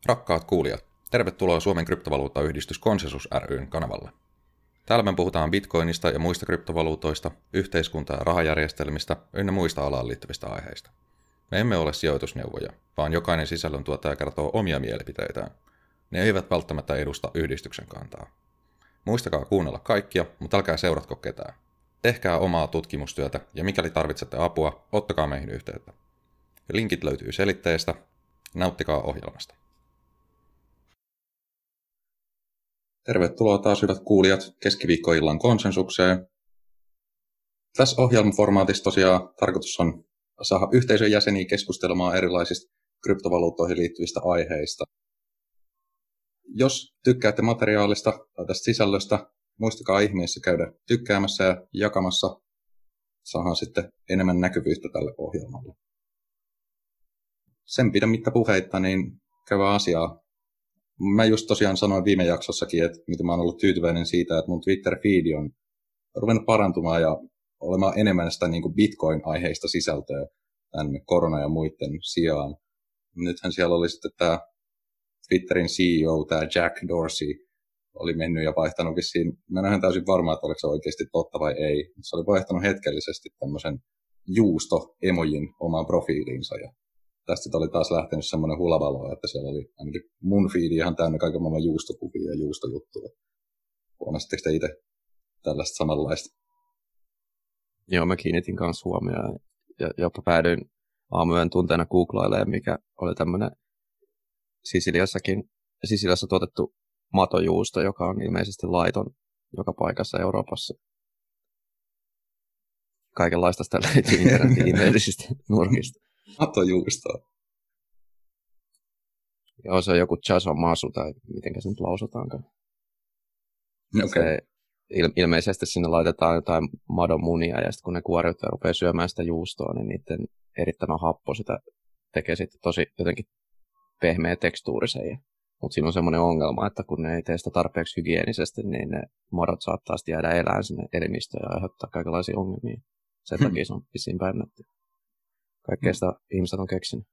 Rakkaat kuulijat, tervetuloa Suomen kryptovaluuttayhdistys Consensus ry:n kanavalle. Täällä me puhutaan bitcoinista ja muista kryptovaluutoista, yhteiskunta- ja rahajärjestelmistä ynnä muista alaan liittyvistä aiheista. Me emme ole sijoitusneuvoja, vaan jokainen sisällöntuottaja kertoo omia mielipiteitään. Ne eivät välttämättä edusta yhdistyksen kantaa. Muistakaa kuunnella kaikkia, mutta älkää seuratko ketään. Tehkää omaa tutkimustyötä ja mikäli tarvitsette apua, ottakaa meihin yhteyttä. Linkit löytyy selitteestä. Nauttikaa ohjelmasta. Tervetuloa taas hyvät kuulijat keskiviikkoillan konsensukseen. Tässä ohjelmaformaatissa tosiaan tarkoitus on saada yhteisön jäseniä keskustelemaan erilaisista kryptovaluuttoihin liittyvistä aiheista. Jos tykkäätte materiaalista tai tästä sisällöstä, muistakaa ihmeessä käydä tykkäämässä ja jakamassa. Saadaan sitten enemmän näkyvyyttä tälle ohjelmalle. Sen pidemmittä puheitta, niin käydään asiaa. Mä just tosiaan sanoin viime jaksossakin, että miten mä oon ollut tyytyväinen siitä, että mun Twitter-feedi on ruvennut parantumaan ja olemaan enemmän sitä niin kuin Bitcoin-aiheista sisältöä tämän korona ja muiden sijaan. Nythän siellä oli sitten tämä Twitterin CEO, tämä Jack Dorsey, oli mennyt ja vaihtanut vissiin. Mä en ole täysin varma, että oliko se oikeasti totta vai ei. Se oli vaihtanut hetkellisesti tämmöisen juusto-emojin omaan profiiliinsa ja tästä oli taas lähtenyt semmoinen hulavalo, että siellä oli ainakin mun feedi ihan täynnä kaiken maailman juustokuvia ja juustojuttuja. Huomasitteko te itse tällaista samanlaista? Joo, mä kiinnitin kanssa huomioon ja jopa päädyin aamuyön tunteena googlailemaan, mikä oli tämmöinen Sisiliassa tuotettu matojuusto, joka on ilmeisesti laiton joka paikassa Euroopassa. Kaikenlaista sitä löytyy internetin ihmeellisistä nurkista. Matojuustoa. Joo, se on joku chazomasu tai mitenkä se nyt lausutaankaan. Okay. Ilmeisesti sinne laitetaan jotain madonmunia ja sitten kun ne kuoriuttajat rupeaa syömään sitä juustoa, niin niiden erittäin happo sitä tekee sitten tosi jotenkin pehmeä tekstuurisen. Mutta siinä on semmoinen ongelma, että kun ne ei tee sitä tarpeeksi hygienisesti, niin ne madot saattaa sitten jäädä elään sinne elimistöön ja aiheuttaa kaikenlaisia ongelmia. Sen takia se on vissiin bännätty. Kaikkea sitä ihmiset on keksinyt.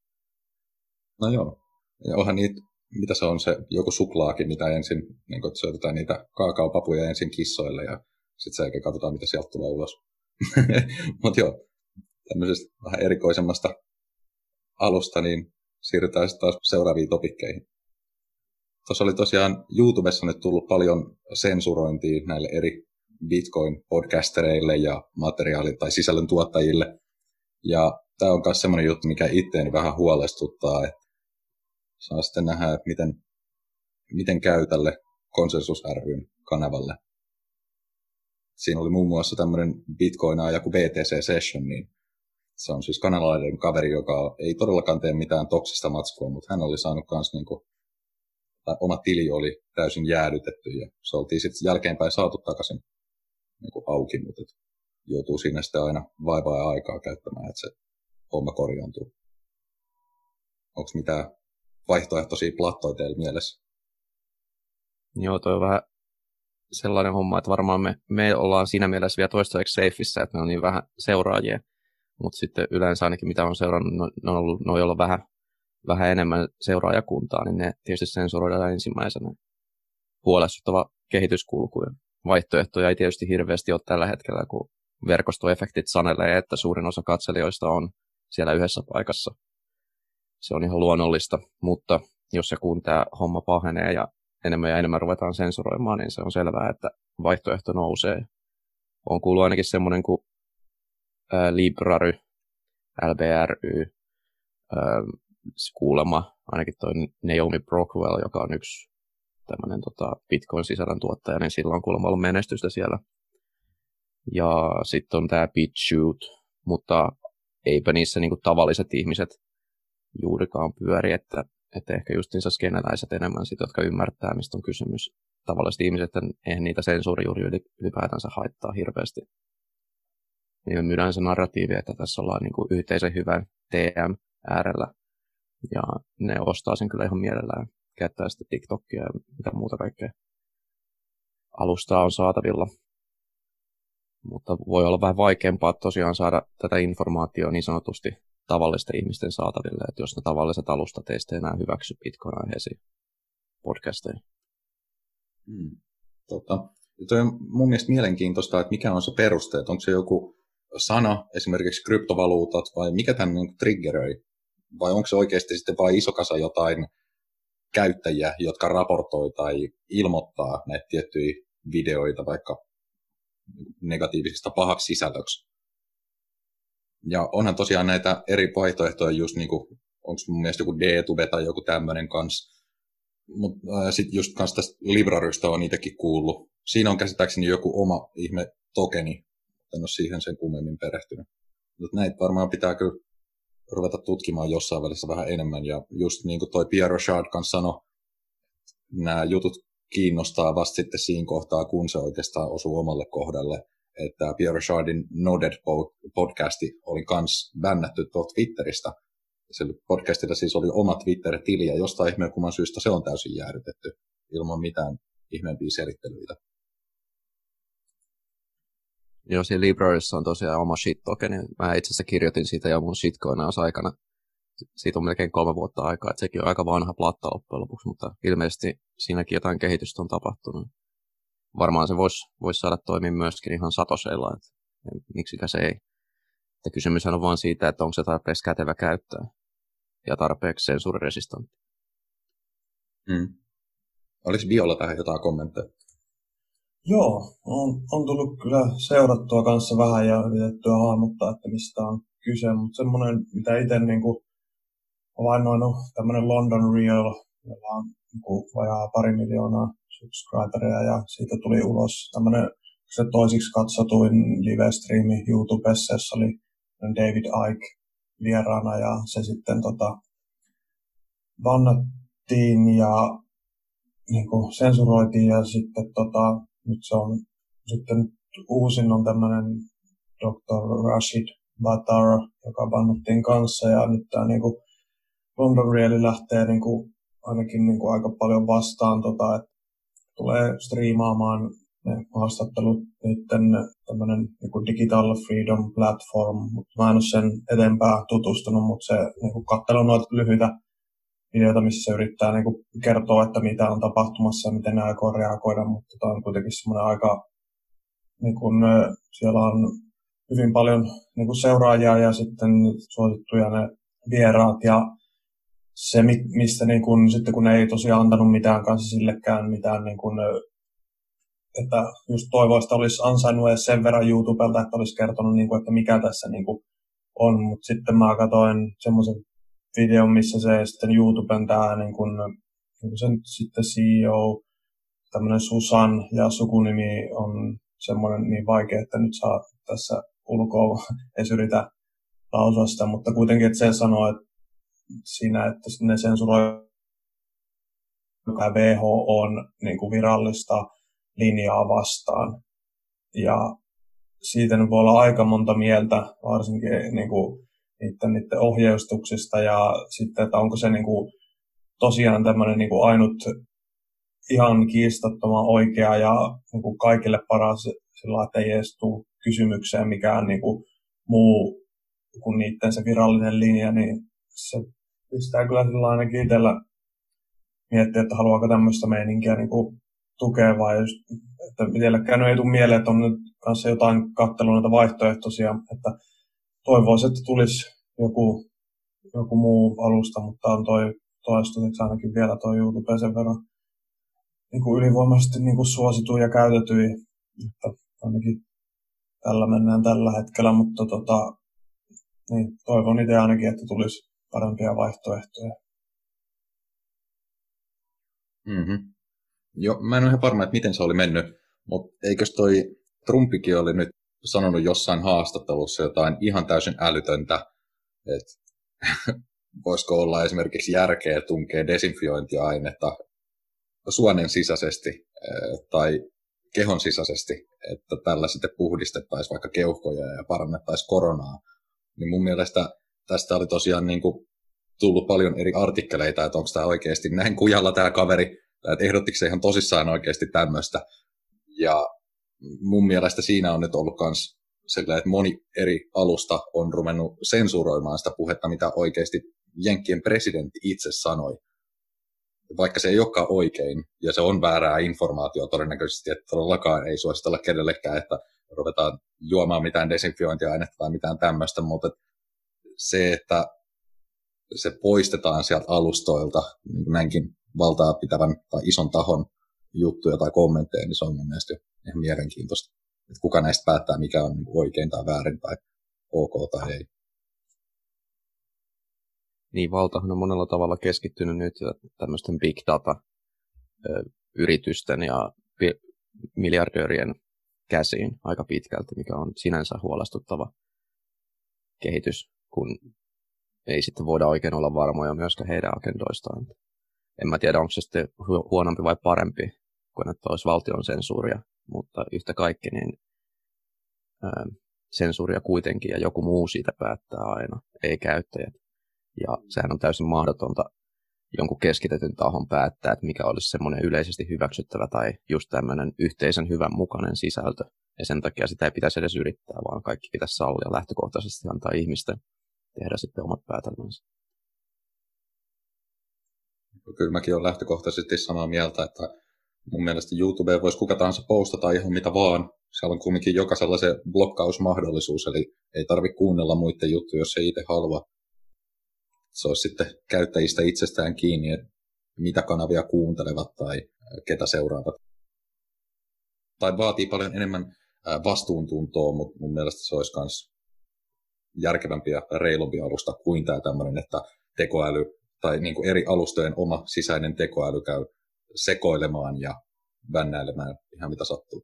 No joo. Ja onhan niitä, mitä se on se joku suklaakin, mitä ensin, niin kun syötetään niitä kaakaopapuja ensin kissoille ja sitten sen katsotaan, mitä sieltä tulee ulos. Mutta joo, tämmöisestä vähän erikoisemmasta alusta, niin siirrytään sitten taas seuraaviin topikkeihin. Tuossa oli tosiaan YouTubessa nyt tullut paljon sensurointia näille eri Bitcoin-podcastereille ja materiaali- tai sisällöntuottajille. Ja tämä on myös semmoinen juttu, mikä itseäni vähän huolestuttaa, että saa sitten nähdä, että miten käy tälle Consensus ry:n kanavalle. Siinä oli muun muassa tämmöinen Bitcoinaaja kuin BTC Session, niin se on siis kanalainen kaveri, joka ei todellakaan tee mitään toksista matskua, mutta hän oli saanut myös, tai oma tili oli täysin jäädytetty ja se oltiin sitten jälkeenpäin saatu takaisin auki, mutta joutuu siinä sitten aina vaivaa ja aikaa käyttämään, että se homma korjaantuu. Onko mitään vaihtoehtoisia plattoja teillä mielessä? Joo, toi on vähän sellainen homma, että varmaan me ollaan siinä mielessä vielä toistaiseksi safeissä, että me on niin vähän seuraajia. Mutta sitten yleensä ainakin mitä on seurannut, ne on ollut noilla vähän enemmän seuraajakuntaa, niin ne tietysti sensuroidaan ensimmäisenä. Huolestuttava kehityskulku. Vaihtoehtoja ei tietysti hirveästi ole tällä hetkellä, kun verkostoefektit sanelee, että suurin osa katselijoista on siellä yhdessä paikassa. Se on ihan luonnollista, mutta jos se kun tämä homma pahenee ja enemmän ruvetaan sensuroimaan, niin se on selvää, että vaihtoehto nousee. On kuullut ainakin semmoinen kuin Library, LBRY, kuulema, ainakin toi Naomi Brockwell, joka on yksi tämmöinen Bitcoin-sisällön tuottaja, niin sillä on kuulemma ollut menestystä siellä. Ja sitten on tämä BitChute, mutta eipä niissä niinku tavalliset ihmiset juurikaan pyöri, että ehkä just niissä skeneläiset enemmän sit, jotka ymmärtää, mistä on kysymys. Tavalliset ihmiset, eihän niitä sensuuri juuri ylipäätänsä haittaa hirveästi. Niin me myydään se narratiivi, että tässä ollaan niinku yhteisen hyvän TM äärellä. Ja ne ostaa sen kyllä ihan mielellään. Käyttää sitten TikTokia ja mitä muuta kaikkea alustaa on saatavilla. Mutta voi olla vähän vaikeampaa tosiaan saada tätä informaatiota niin sanotusti tavallisten ihmisten saataville, että jos ne tavalliset alustat ei sitten enää hyväksy Bitcoin-aiheisiin podcasteihin. Toi on mun mielestä mielenkiintoista, että mikä on se peruste, että onko se joku sana, esimerkiksi kryptovaluutat, vai mikä tämän niin triggeröi, vai onko se oikeasti sitten vain iso kasa jotain käyttäjiä, jotka raportoi tai ilmoittaa näitä tiettyjä videoita vaikka negatiivisista pahaksi sisällöksi. Ja onhan tosiaan näitä eri vaihtoehtoja, just niin kuin, onko mun mielestä joku DTube tai joku tämmöinen kanssa. Mutta sitten just kanssa tästä Librarystä on itsekin kuullut. Siinä on käsittääkseni joku oma ihme tokeni. En ole siihen sen kummemmin perehtynyt. Mutta näitä varmaan pitää kyllä ruveta tutkimaan jossain välissä vähän enemmän. Ja just niin kuin toi Pierre Rochard kanssa sanoi, nämä jutut kiinnostaa vasta sitten siinä kohtaa, kun se oikeastaan osuu omalle kohdalle. Että Pierre Rochardin Noded podcasti oli kans bännätty tuolta Twitteristä. Sillä podcastilla siis oli oma Twitter-tili, ja jostain ihmeen syystä se on täysin jäädytetty, ilman mitään ihmeempiä selittelyitä. Joo, siinä Libraryssa on tosiaan oma shit-tokeni. Mä itse asiassa kirjoitin siitä jo mun shitcoinaus-aikana. Siitä on melkein 3 vuotta aikaa, että sekin on aika vanha platta loppujen lopuksi, mutta ilmeisesti siinäkin jotain kehitystä on tapahtunut. Varmaan se voisi saada toimia myöskin ihan satoseilla, että miksikä se ei. Että kysymyshän on vaan siitä, että onko se tarpeeksi kätevä käyttää ja tarpeeksi sensuuriresistantti. Oliko Viola tähän jotain kommentteja? Joo, on tullut kyllä seurattua kanssa vähän ja yritettyä hahmottaa, että mistä on kyse, mutta semmoinen, mitä itse niinku havainnoinut, tämmöinen London Real, jolla on niinku vajaa 2 miljoonaa subscriberia ja siitä tuli ulos tämmöinen se toisiksi katsotuin live-striimi YouTubessa, jossa oli David Icke vieraana ja se sitten bannattiin ja niinku sensuroitiin ja sitten nyt se on sitten uusin on tämmöinen Dr. Rashid Battar, joka bannattiin kanssa ja nyt tämä niinku London Real lähtee niinku ainakin niinku aika paljon vastaan että tulee striimaamaan ne haastattelut niiden tämmöinen niinku Digital Freedom Platform, mutta mä en ole sen edempää tutustunut, mutta se niinku katselu noita lyhyitä videoita, missä se yrittää niinku kertoa, että mitä on tapahtumassa ja miten ne aikoo reagoida, mutta tämä on kuitenkin semmoinen aika, niinku, siellä on hyvin paljon niinku seuraajia ja sitten suosittuja ne vieraat ja se, mistä niin kun, sitten kun ne ei tosiaan antanut mitään kanssa sillekään mitään, niin kun, että just toivoista olisi ansainnut edes sen verran YouTubelta, että olisi kertonut, niin kun, että mikä tässä niin kun on. Mutta sitten mä katsoin semmoisen videon, missä se sitten YouTuben tämä niin kun sen sitten CEO, tämmöinen Susan ja sukunimi on semmoinen niin vaikea, että nyt saa tässä ulkoa edes yritä lausua sitä, mutta kuitenkin, että se sanoo, että siinä, että ne sensuroi WHO:n niin kuin virallista linjaa vastaan. Ja siitä nyt voi olla aika monta mieltä, varsinkin niin kuin niiden ohjeistuksista ja sitten, että onko se niin kuin, tosiaan tämmöinen niin kuin ainut ihan kiistattoman oikea ja niin kuin kaikille paras sillä, että ei edes tule kysymykseen mikään niin kuin muu kuin niiden se virallinen linja, niin se pistää kyllä sillä ainakin itsellä miettiä, että haluaako tämmöistä meininkiä niin kuin tukea vai just, että itsellekään ei tule mieleen, että on nyt kanssa jotain katselua noita vaihtoehtoisia, että toivoisin, että tulisi joku muu alusta, mutta on toistaiseksi ainakin vielä toi YouTube sen verran niin kuin ylivoimaisesti niin kuin suosituin ja käytetyin, että ainakin tällä mennään tällä hetkellä, mutta niin, toivon itse ainakin, että tulisi parempia vaihtoehtoja. Joo, mä en ole ihan varma, että miten se oli mennyt, mutta eikös toi Trumpikin oli nyt sanonut jossain haastattelussa jotain ihan täysin älytöntä, että voisiko olla esimerkiksi järkeä tunkea desinfiointiainetta suonen sisäisesti tai kehon sisäisesti, että tällä sitten puhdistettaisiin vaikka keuhkoja ja parannettaisiin koronaa. Niin mun mielestä tästä oli tosiaan niin kuin tullut paljon eri artikkeleita, että onko tämä oikeasti näin kujalla tämä kaveri, että ehdottiko se ihan tosissaan oikeasti tämmöistä. Ja mun mielestä siinä on nyt ollut myös sillä, että moni eri alusta on ruvennut sensuroimaan sitä puhetta, mitä oikeasti Jenkkien presidentti itse sanoi. Vaikka se ei olekaan oikein, ja se on väärää informaatiota todennäköisesti, että todellakaan ei suositella kenellekään, että ruvetaan juomaan mitään desinfiointiainetta tai mitään tämmöistä, mutta se, että se poistetaan sieltä alustoilta niin näinkin valtaa pitävän tai ison tahon juttuja tai kommentteja, niin se on mun mielestä ihan mielenkiintoista. Että kuka näistä päättää, mikä on oikein tai väärin tai ok tai ei. Niin, valtahan on monella tavalla keskittynyt nyt tämmöisten big data-yritysten ja miljardöörien käsiin aika pitkälti, mikä on sinänsä huolestuttava kehitys, kun ei sitten voida oikein olla varmoja myöskään heidän agendoistaan. En mä tiedä, onko se sitten huonompi vai parempi, kun että olisi valtion sensuuria, mutta yhtä kaikki, niin sensuuria kuitenkin ja joku muu siitä päättää aina, ei käyttäjät. Ja sehän on täysin mahdotonta jonkun keskitetyn tahon päättää, että mikä olisi semmoinen yleisesti hyväksyttävä tai just tämmöinen yhteisen hyvän mukainen sisältö. Ja sen takia sitä ei pitäisi edes yrittää, vaan kaikki pitäisi sallia lähtökohtaisesti antaa ihmisten tehdä sitten omat päätelmänsä. Kyllä mäkin olen lähtökohtaisesti samaa mieltä, että mun mielestä YouTubeen voisi kuka tahansa postata ihan mitä vaan. Siellä on kumminkin jokaisella se blokkausmahdollisuus, eli ei tarvitse kuunnella muiden juttuja, jos ei itse halua. Se olisi sitten käyttäjistä itsestään kiinni, että mitä kanavia kuuntelevat tai ketä seuraavat. Tai vaatii paljon enemmän vastuuntuntoa, mutta mun mielestä se olisi myös järkevämpi ja reilumpi alusta kuin tämä tämmöinen, että tekoäly tai niin kuin eri alustojen oma sisäinen tekoäly käy sekoilemaan ja vännäilemään ihan mitä sattuu.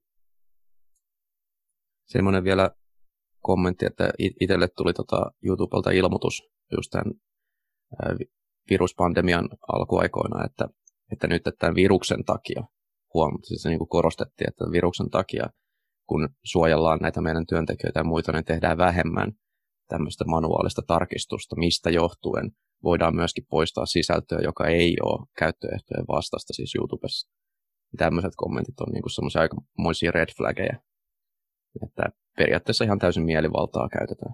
Semmoinen vielä kommentti, että itselle tuli YouTubelta ilmoitus just tämän viruspandemian alkuaikoina, että nyt tämän viruksen takia, siis se niin kuin korostettiin, että viruksen takia, kun suojellaan näitä meidän työntekijöitä ja muita, niin tehdään vähemmän tämmöistä manuaalista tarkistusta, mistä johtuen voidaan myöskin poistaa sisältöä, joka ei ole käyttöehtojen vastaista siis YouTubessa. Tämmöiset kommentit on niin kuin semmoisia aikamoisia red flaggeja, että periaatteessa ihan täysin mielivaltaa käytetään.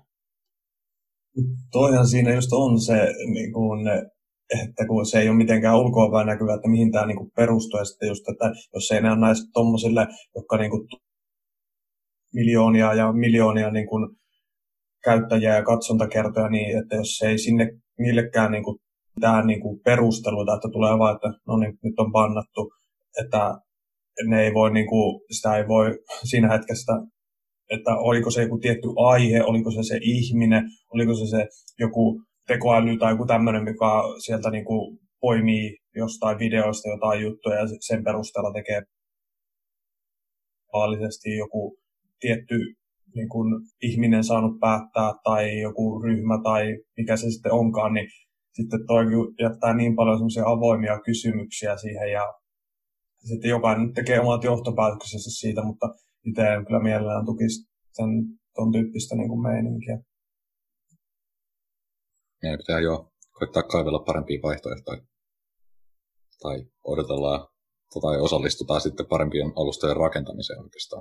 Toihan siinä just on se, niin kun, että kun se ei ole mitenkään ulkoapäin näkyvä, että mihin tämä niin perustuu. Ja sitten just, että jos ei näe näistä tommosille, jotka niin kuin miljoonia ja miljoonia niin kuin käyttäjiä ja katsontakertoja, niin että jos ei sinne niillekään niin kuin mitään niin kuin perusteluita, että tulee vaan, että no niin, nyt on bannattu, että ne ei voi, niin kuin, sitä ei voi siinä hetkessä, että oliko se joku tietty aihe, oliko se ihminen, oliko se joku tekoäly tai joku tämmöinen, mikä sieltä niin kuin poimii jostain videoista jotain juttuja ja sen perusteella tekee tavallisesti joku tietty niin kuin ihminen saanut päättää tai joku ryhmä tai mikä se sitten onkaan, niin sitten toi jättää niin paljon semmoisia avoimia kysymyksiä siihen ja sitten jokainen tekee omat johtopäätöksensä siitä, mutta itse kyllä mielellään tukisi ton tyyppistä niin kuin meininkiä. Meidän pitää jo koittaa kaivella parempia vaihtoehtoja. Tai odotellaan tai osallistutaan sitten parempien alustojen rakentamiseen oikeastaan.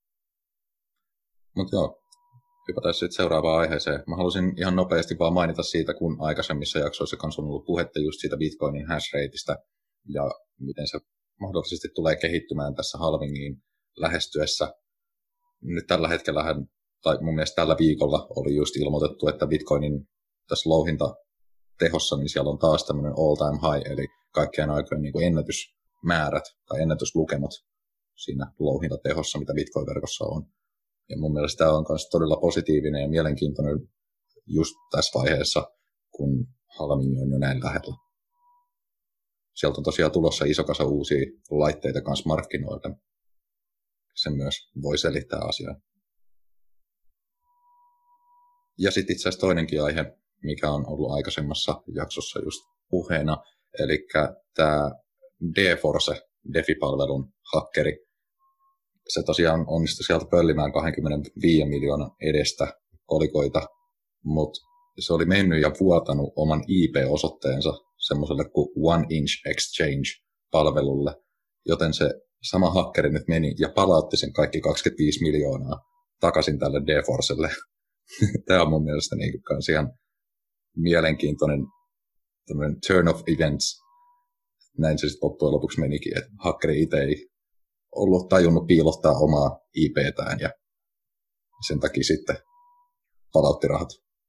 Mutta joo, hypätään sitten seuraavaan aiheeseen. Mä halusin ihan nopeasti vaan mainita siitä, kun aikaisemmissa jaksoissa kanssa on ollut puhetta just siitä Bitcoinin hashrateista ja miten se mahdollisesti tulee kehittymään tässä halvingiin lähestyessä. Nyt tällä hetkellähän, tai mun mielestä tällä viikolla oli just ilmoitettu, että Bitcoinin tässä louhintatehossa, niin siellä on taas tämmöinen all time high, eli kaikkien aikojen niin kuin ennätysmäärät tai ennätyslukemat siinä louhintatehossa, mitä Bitcoin-verkossa on. Ja mun mielestä tämä on myös todella positiivinen ja mielenkiintoinen just tässä vaiheessa, kun halvingi on jo näin lähellä. Sieltä on tosiaan tulossa iso kasa uusia laitteita kanssa markkinoille. Se myös voi selittää asiaa. Ja sitten itse asiassa toinenkin aihe, mikä on ollut aikaisemmassa jaksossa just puheena, eli tämä DeForce, DeFi-palvelun hakkeri. Se tosiaan onnistui sieltä pöllimään 25 miljoonan edestä kolikoita, mutta se oli mennyt ja vuotanut oman IP-osoitteensa semmoiselle kuin One Inch Exchange-palvelulle, joten se sama hakkeri nyt meni ja palautti sen kaikki 25 miljoonaa takaisin tälle D-Forcelle. Tämä on mun mielestä niin kans ihan mielenkiintoinen turn of events. Näin se sitten loppujen lopuksi menikin, että hakkeri itse ei ollut tajunnut piilottaa omaa IP:tään ja sen takia sitten palautti rahat.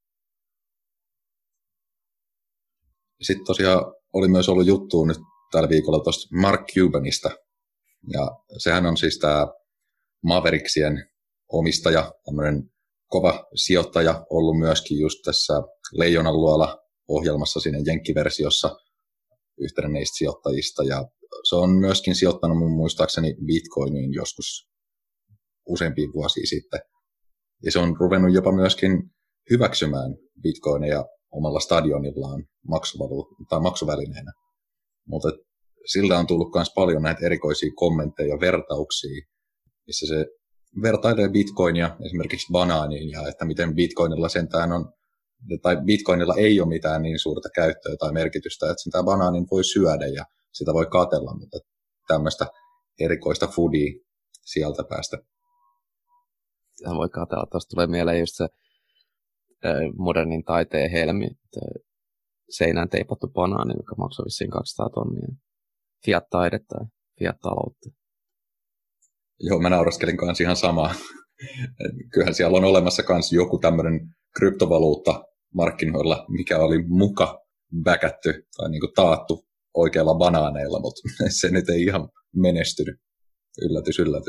Sitten tosiaan oli myös ollut juttua nyt tällä viikolla tuosta Mark Cubanista. Ja sehän on siis tämä Mavericksien omistaja, tämmöinen kova sijoittaja, ollut myöskin just tässä Leijonanluola-ohjelmassa siinä jenkkiversiossa yhtenä niistä sijoittajista. Ja se on myöskin sijoittanut mun muistaakseni Bitcoiniin joskus useampia vuosia sitten. Ja se on ruvennut jopa myöskin hyväksymään Bitcoineja omalla stadionillaan maksuvälineenä. Mutta siltä on tullut myös paljon näitä erikoisia kommentteja ja vertauksia, missä se vertailee Bitcoinia esimerkiksi banaaniin ja että miten Bitcoinilla sentään on, tai Bitcoinilla ei ole mitään niin suurta käyttöä tai merkitystä, että sentään banaanin voi syödä ja sitä voi katsella, mutta tämmöistä erikoista foodia sieltä päästä. Sitä voi katsella. Tuosta tulee mieleen just se modernin taiteen helmi, seinään teipattu banaani, joka maksoi vissiin 200 tonnia. Fiat-taidetta ja Fiat-taloutta. Joo, mä nauraskelin kanssa ihan samaa. Kyllähän siellä on olemassa myös joku tämmöinen kryptovaluutta markkinoilla, mikä oli muka väkätty tai niin kuin taattu oikealla banaaneilla, mutta se nyt ei ihan menestynyt. Yllätys, yllätys.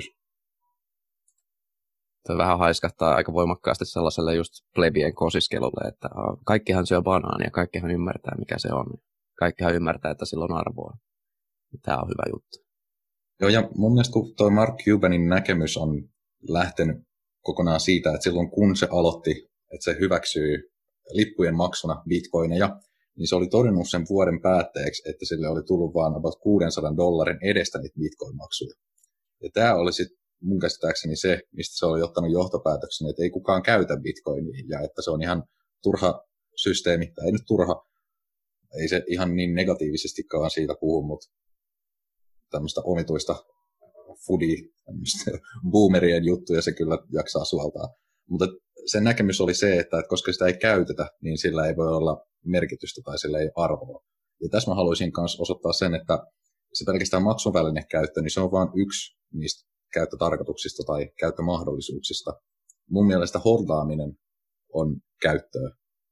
Tuo vähän haiskahtaa aika voimakkaasti sellaiselle just plebien kosiskelulle, että kaikkihan syö banaania, kaikkihan ymmärtää, mikä se on. Kaikkihan ymmärtää, että sillä on arvoa. Tämä on hyvä juttu. Joo, ja mun mielestä kun tuo Mark Cubanin näkemys on lähtenyt kokonaan siitä, että silloin kun se aloitti, että se hyväksyy lippujen maksuna bitcoineja, niin se oli todennut sen vuoden päätteeksi, että sille oli tullut vaan about $600 edestä niitä bitcoin-maksuja. Ja tämä oli sitten mun käsittääkseni se, mistä se oli ottanut johtopäätöksen, että ei kukaan käytä bitcoinia ja että se on ihan turha systeemi, tai ei nyt turha, ei se ihan niin negatiivisestikaan siitä puhu, mutta tämmöistä omituista foodie, tämmöistä boomerien juttuja se kyllä jaksaa suoltaa. Mutta sen näkemys oli se, että koska sitä ei käytetä, niin sillä ei voi olla merkitystä tai sillä ei arvoa. Ja tässä mä haluaisin myös osoittaa sen, että se pelkästään maksuvälinekäyttö, niin se on vain yksi niistä käyttötarkoituksista tai käyttömahdollisuuksista. Mun mielestä holdaaminen on käyttöä.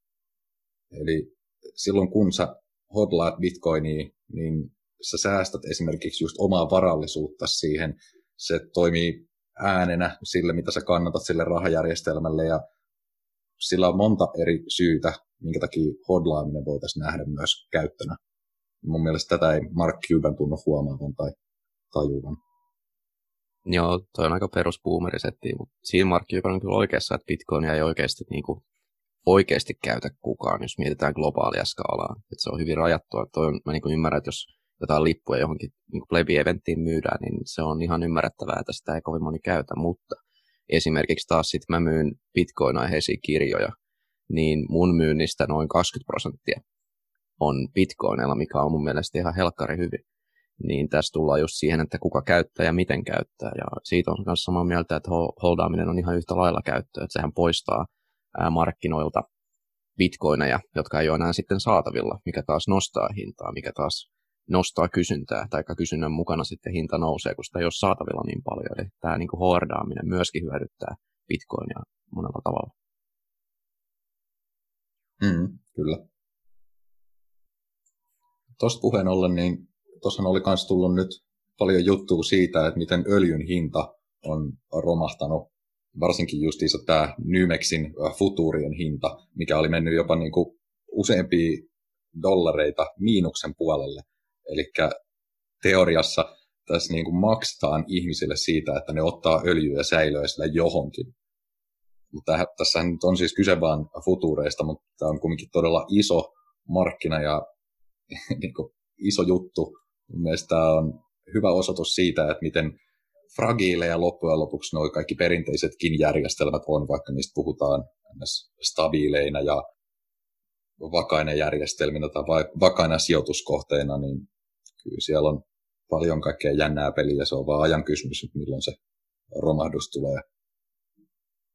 Eli silloin kun sä hodlaat bitcoinia, niin sä säästät esimerkiksi just omaa varallisuutta siihen. Se toimii äänenä sille, mitä sä kannatat sille rahajärjestelmälle, ja sillä on monta eri syytä, minkä takia hodlaaminen voitaisiin nähdä myös käyttönä. Mun mielestä tätä ei Mark Cuban tunnu huomaavan tai tajuvan. Joo, toi on aika perusboomerisetti, mutta siinä Mark Cuban on kyllä oikeassa, että bitcoinia ei oikeasti käytä kukaan, jos mietitään globaalia skaalaa. Että se on hyvin rajattua. Mä ymmärrän, että jos jotain lippuja johonkin plebi-eventtiin myydään, niin se on ihan ymmärrettävää, että sitä ei kovin moni käytä. Mutta esimerkiksi taas sitten mä myyn bitcoin-aiheisia kirjoja, niin mun myynnistä noin 20% on bitcoineilla, mikä on mun mielestä ihan helkkari hyvin. Niin tässä tullaan just siihen, että kuka käyttää ja miten käyttää. Ja siitä on myös samaa mieltä, että holdaaminen on ihan yhtä lailla käyttöä. Että sehän poistaa markkinoilta bitcoineja, jotka ei ole enää sitten saatavilla, mikä taas nostaa hintaa, mikä taas nostaa kysyntää, tai kysynnän mukana sitten hinta nousee, kun sitä ei ole saatavilla niin paljon. Eli tämä niin kuin hoardaaminen myöskin hyödyttää bitcoinia monella tavalla. Kyllä. Tuosta puheen ollen, niin tuossahan oli myös tullut nyt paljon juttua siitä, että miten öljyn hinta on romahtanut, varsinkin justiinsa tämä Nymexin futuurien hinta, mikä oli mennyt jopa niin kuin useampia dollareita miinuksen puolelle. Eli teoriassa tässä niin kuin maksetaan ihmisille siitä, että ne ottaa öljyä ja säilöä sillä johonkin. Mutta tässä nyt on siis kyse vaan futuureista, mutta tämä on kuitenkin todella iso markkina ja niin kuin iso juttu. Mielestäni tämä on hyvä osoitus siitä, että miten fragiileja loppujen lopuksi nuo kaikki perinteisetkin järjestelmät on, vaikka niistä puhutaan stabiileina ja vakaina järjestelminä tai vakaina sijoituskohteina, niin kyllä siellä on paljon kaikkea jännää peliä. Se on vaan ajan kysymys, milloin se romahdus tulee.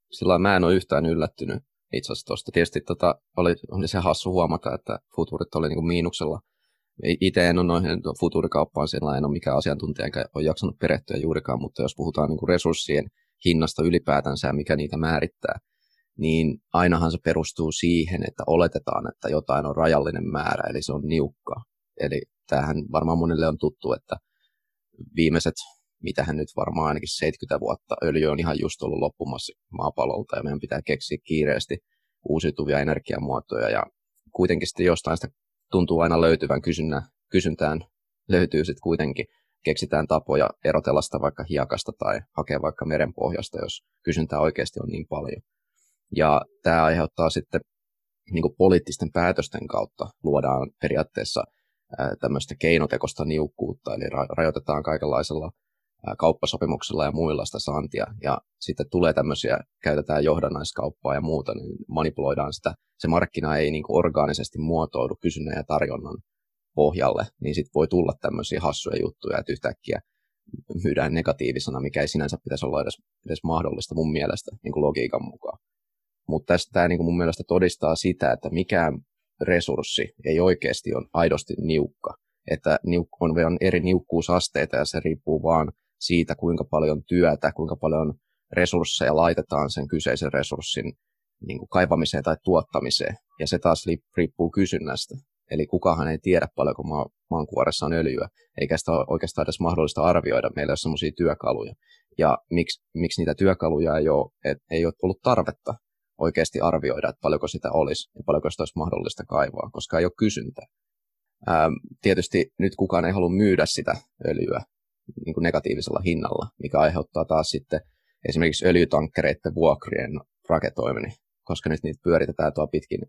sillä mä en ole yhtään yllättynyt itse asiassa tuosta. Tietysti oli se hassu huomata, että futuurit oli niin kuin miinuksella. Itse en ole noihin futuurikauppaan, siellä en ole mikään asiantuntija, enkä ole jaksanut perehtyä juurikaan, mutta jos puhutaan niin kuin resurssien hinnasta ylipäätänsä ja mikä niitä määrittää, niin ainahan se perustuu siihen, että oletetaan, että jotain on rajallinen määrä, eli se on niukka. Eli tämähän varmaan monille on tuttu, että viimeiset, mitähän nyt varmaan ainakin 70 vuotta, öljy on ihan just ollut loppumassa maapallolta, ja meidän pitää keksiä kiireesti uusiutuvia energiamuotoja, ja kuitenkin sitten jostain sitä tuntuu aina löytyvän kysyntään, löytyy sitten kuitenkin, keksitään tapoja erotella sitä vaikka hiekasta tai hakea vaikka merenpohjasta, jos kysyntää oikeasti on niin paljon. Ja tämä aiheuttaa sitten niin kuin poliittisten päätösten kautta luodaan periaatteessa tämmöistä keinotekoista niukkuutta, eli rajoitetaan kaikenlaisella kauppasopimuksilla ja muilla sitä saantia, ja sitten tulee tämmöisiä, käytetään johdannaiskauppaa ja muuta, niin manipuloidaan sitä, se markkina ei niin kuin orgaanisesti muotoudu kysynnän ja tarjonnan pohjalle, niin sitten voi tulla tämmöisiä hassuja juttuja, että yhtäkkiä myydään negatiivisena, mikä ei sinänsä pitäisi olla edes mahdollista mun mielestä niin kuin logiikan mukaan. Mutta tästä tämä niin mun mielestä todistaa sitä, että mikään resurssi ei oikeasti ole aidosti niukka. Että on vielä eri niukkuusasteita ja se riippuu vaan siitä, kuinka paljon työtä, kuinka paljon resursseja laitetaan sen kyseisen resurssin niin kuin kaivamiseen tai tuottamiseen. Ja se taas riippuu kysynnästä. Eli kukaan ei tiedä paljonko maankuoressa on öljyä, eikä sitä ole oikeastaan edes mahdollista arvioida. Meillä ei ole sellaisia työkaluja. Ja miksi niitä työkaluja ei ole ollut tarvetta oikeasti arvioida, että paljonko sitä olisi ja paljonko sitä olisi mahdollista kaivaa, koska ei ole kysyntää. Tietysti nyt kukaan ei halua myydä sitä öljyä niin kuin negatiivisella hinnalla, mikä aiheuttaa taas sitten esimerkiksi öljytankkereiden vuokrien raketoiminen, koska nyt niitä pyöritetään tuolla pitkin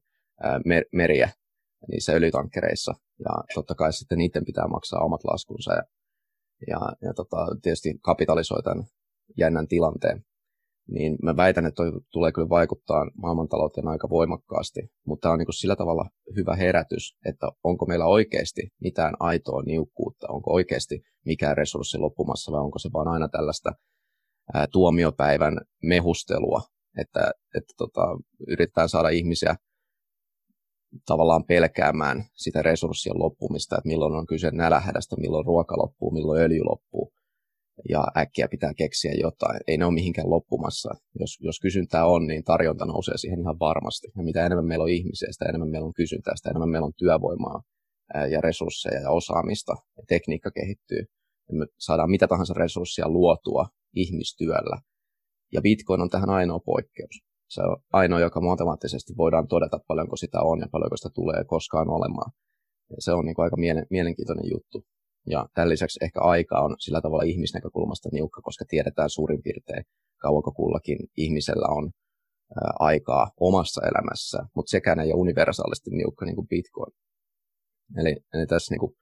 meriä niissä öljytankkereissa, ja totta kai sitten niiden pitää maksaa omat laskunsa, ja tietysti kapitalisoi tämän jännän tilanteen. Niin mä väitän, että toi tulee kyllä vaikuttaa maailmantalouteen aika voimakkaasti, mutta tämä on niin kuin sillä tavalla hyvä herätys, että onko meillä oikeasti mitään aitoa niukkuutta, onko oikeasti mikään resurssi loppumassa vai onko se vaan aina tällaista tuomiopäivän mehustelua, että yritetään saada ihmisiä tavallaan pelkäämään sitä resurssien loppumista, että milloin on kyse nälänhädästä, milloin ruoka loppuu, milloin öljy loppuu. Ja äkkiä pitää keksiä jotain. Ei ne ole mihinkään loppumassa. Jos kysyntää on, niin tarjonta nousee siihen ihan varmasti. Ja mitä enemmän meillä on ihmisiä, sitä enemmän meillä on kysyntää, sitä enemmän meillä on työvoimaa ja resursseja ja osaamista. Ja tekniikka kehittyy. Ja me saadaan mitä tahansa resursseja luotua ihmistyöllä. Ja Bitcoin on tähän ainoa poikkeus. Se on ainoa, joka matemaattisesti voidaan todeta, paljonko sitä on ja paljonko sitä tulee koskaan olemaan. Ja se on niin kuin aika mielenkiintoinen juttu. Ja tämän lisäksi ehkä aika on sillä tavalla ihmisnäkökulmasta niukka, koska tiedetään suurin piirtein, kauanko kullakin ihmisellä on aikaa omassa elämässä, mutta sekään ei ole universaalisti niukka niin kuin Bitcoin. Eli tässä, niin kuin,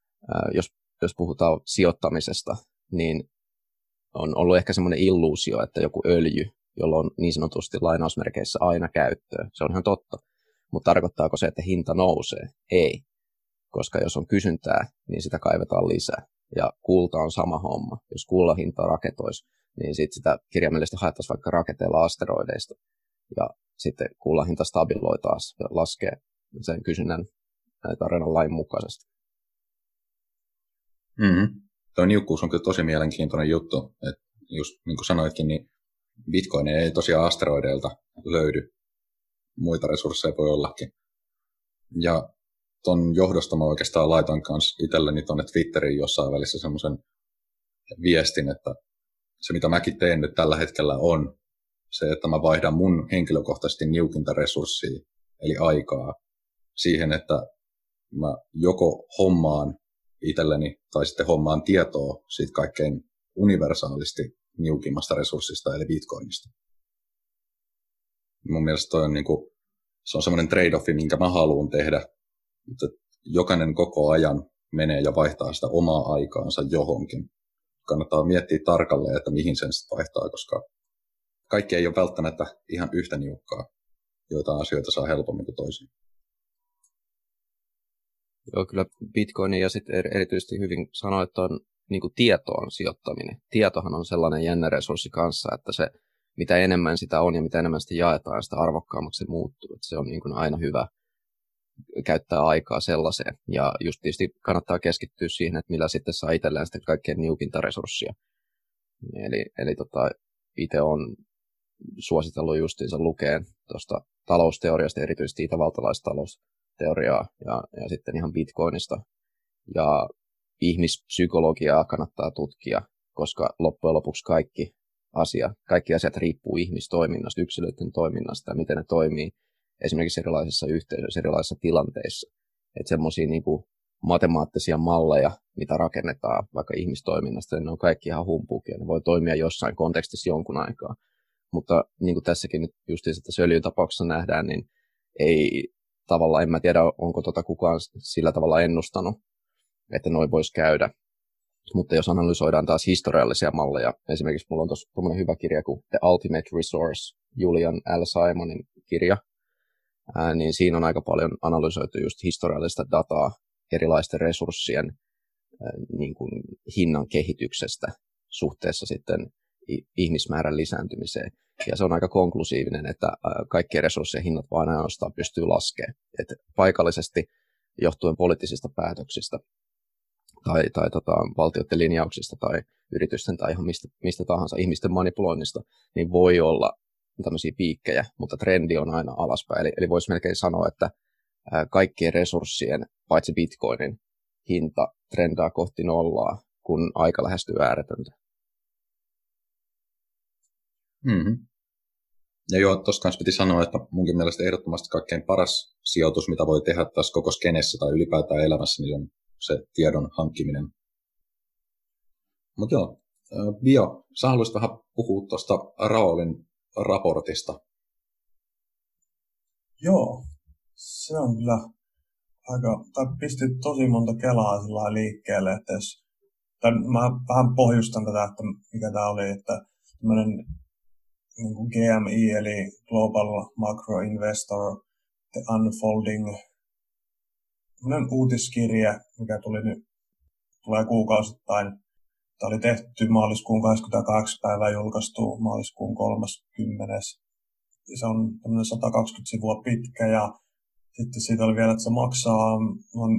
jos puhutaan sijoittamisesta, niin on ollut ehkä semmoinen illuusio, että joku öljy, jolla on niin sanotusti lainausmerkeissä aina käyttöä, se on ihan totta. Mutta tarkoittaako se, että hinta nousee? Ei. Koska jos on kysyntää, niin sitä kaivetaan lisää. Ja kulta on sama homma. Jos kullan hinta raketoisi, niin sitten sitä kirjaimellisesti haettaisiin vaikka raketeilla asteroideista. Ja sitten kullan hinta stabiloi taas ja laskee sen kysynnän tarinan lain mukaisesti. Tuo niukkuus on kyllä tosi mielenkiintoinen juttu. Että just niin kuin sanoitkin, niin Bitcoin ei tosiaan asteroideilta löydy. Muita resursseja voi ollakin. Ja ton johdosta mä oikeastaan laitan kanssa itselleni tuonne Twitteriin jossain välissä semmoisen viestin, että se mitä mäkin teen nyt tällä hetkellä on se, että mä vaihdan mun henkilökohtaisesti niukinta resurssia, eli aikaa, siihen, että mä joko hommaan itselleni tai sitten hommaan tietoa siitä kaikkein universaalisti niukimmasta resurssista, eli Bitcoinista. Mun mielestä toi on niinku, se on semmoinen trade-offi, minkä mä haluan tehdä, mutta jokainen koko ajan menee ja vaihtaa sitä omaa aikaansa johonkin. Kannattaa miettiä tarkalleen, että mihin sen sitten vaihtaa, koska kaikki ei ole välttämättä ihan yhtä niukkaa. Joitain asioita saa helpommin kuin toisiin. Joo, kyllä Bitcoinin ja sitten erityisesti hyvin sanoit, että on niin kuin tietoon sijoittaminen. Tietohan on sellainen jännä resurssi kanssa, että se mitä enemmän sitä on ja mitä enemmän sitä jaetaan, sitä arvokkaammaksi se muuttuu. Että se on niin kuin aina hyvä käyttää aikaa sellaiseen. Ja just tietysti kannattaa keskittyä siihen, että millä sitten saa itselleen sitten kaikkein niukinta resurssia. Eli itse on suositellut justiinsa lukeen tuosta talousteoriasta, erityisesti itävaltalaista talousteoriaa ja sitten ihan Bitcoinista. Ja ihmispsykologiaa kannattaa tutkia, koska loppujen lopuksi kaikki asiat riippuu ihmistoiminnasta, yksilöiden toiminnasta ja miten ne toimii esimerkiksi erilaisissa yhteisöissä, erilaisissa tilanteissa. Että semmoisia niin kuin matemaattisia malleja, mitä rakennetaan vaikka ihmistoiminnasta, niin ne on kaikki ihan humpuukia. Ne voi toimia jossain kontekstissa jonkun aikaa. Mutta niin kuin tässäkin nyt justiinsa tässä öljyn tapauksessa nähdään, niin ei tavallaan, en mä tiedä, onko kukaan sillä tavalla ennustanut, että noin voisi käydä. Mutta jos analysoidaan taas historiallisia malleja, esimerkiksi mulla on tuossa tuommoinen hyvä kirja kuin The Ultimate Resource, Julian L. Simonin kirja, niin siinä on aika paljon analysoitu just historiallista dataa erilaisten resurssien niin kuin hinnan kehityksestä suhteessa sitten ihmismäärän lisääntymiseen. Ja se on aika konklusiivinen, että kaikkien resurssien hinnat vaan ainoastaan pystyy laskemaan. Että paikallisesti johtuen poliittisista päätöksistä tai valtioiden linjauksista tai yritysten tai ihan mistä tahansa ihmisten manipuloinnista, niin voi olla tämmöisiä piikkejä, mutta trendi on aina alaspäin. Eli voisi melkein sanoa, että kaikkien resurssien, paitsi Bitcoinin, hinta trendaa kohti nollaa, kun aika lähestyy ääretöntä. Mm-hmm. Ja joo, tuossa kanssa piti sanoa, että munkin mielestä ehdottomasti kaikkein paras sijoitus, mitä voi tehdä tässä koko skenessä tai ylipäätään elämässä, niin on se tiedon hankkiminen. Mutta joo, Bio, sä haluaisit vähän puhua tuosta Raoulin raportista. Joo, se on kyllä pisti tosi monta kelaa sillä liikkeelle, että mä vähän pohjustan tätä, että mikä tämä oli, että tämmöinen niin kuin GMI, eli Global Macro Investor, The Unfolding, uutiskirje, mikä tulee kuukausittain. Tämä oli tehty maaliskuun 28. päivää, julkaistu maaliskuun 30. Se on tämmöinen 120 sivua pitkä ja sitten siitä oli vielä, että se maksaa noin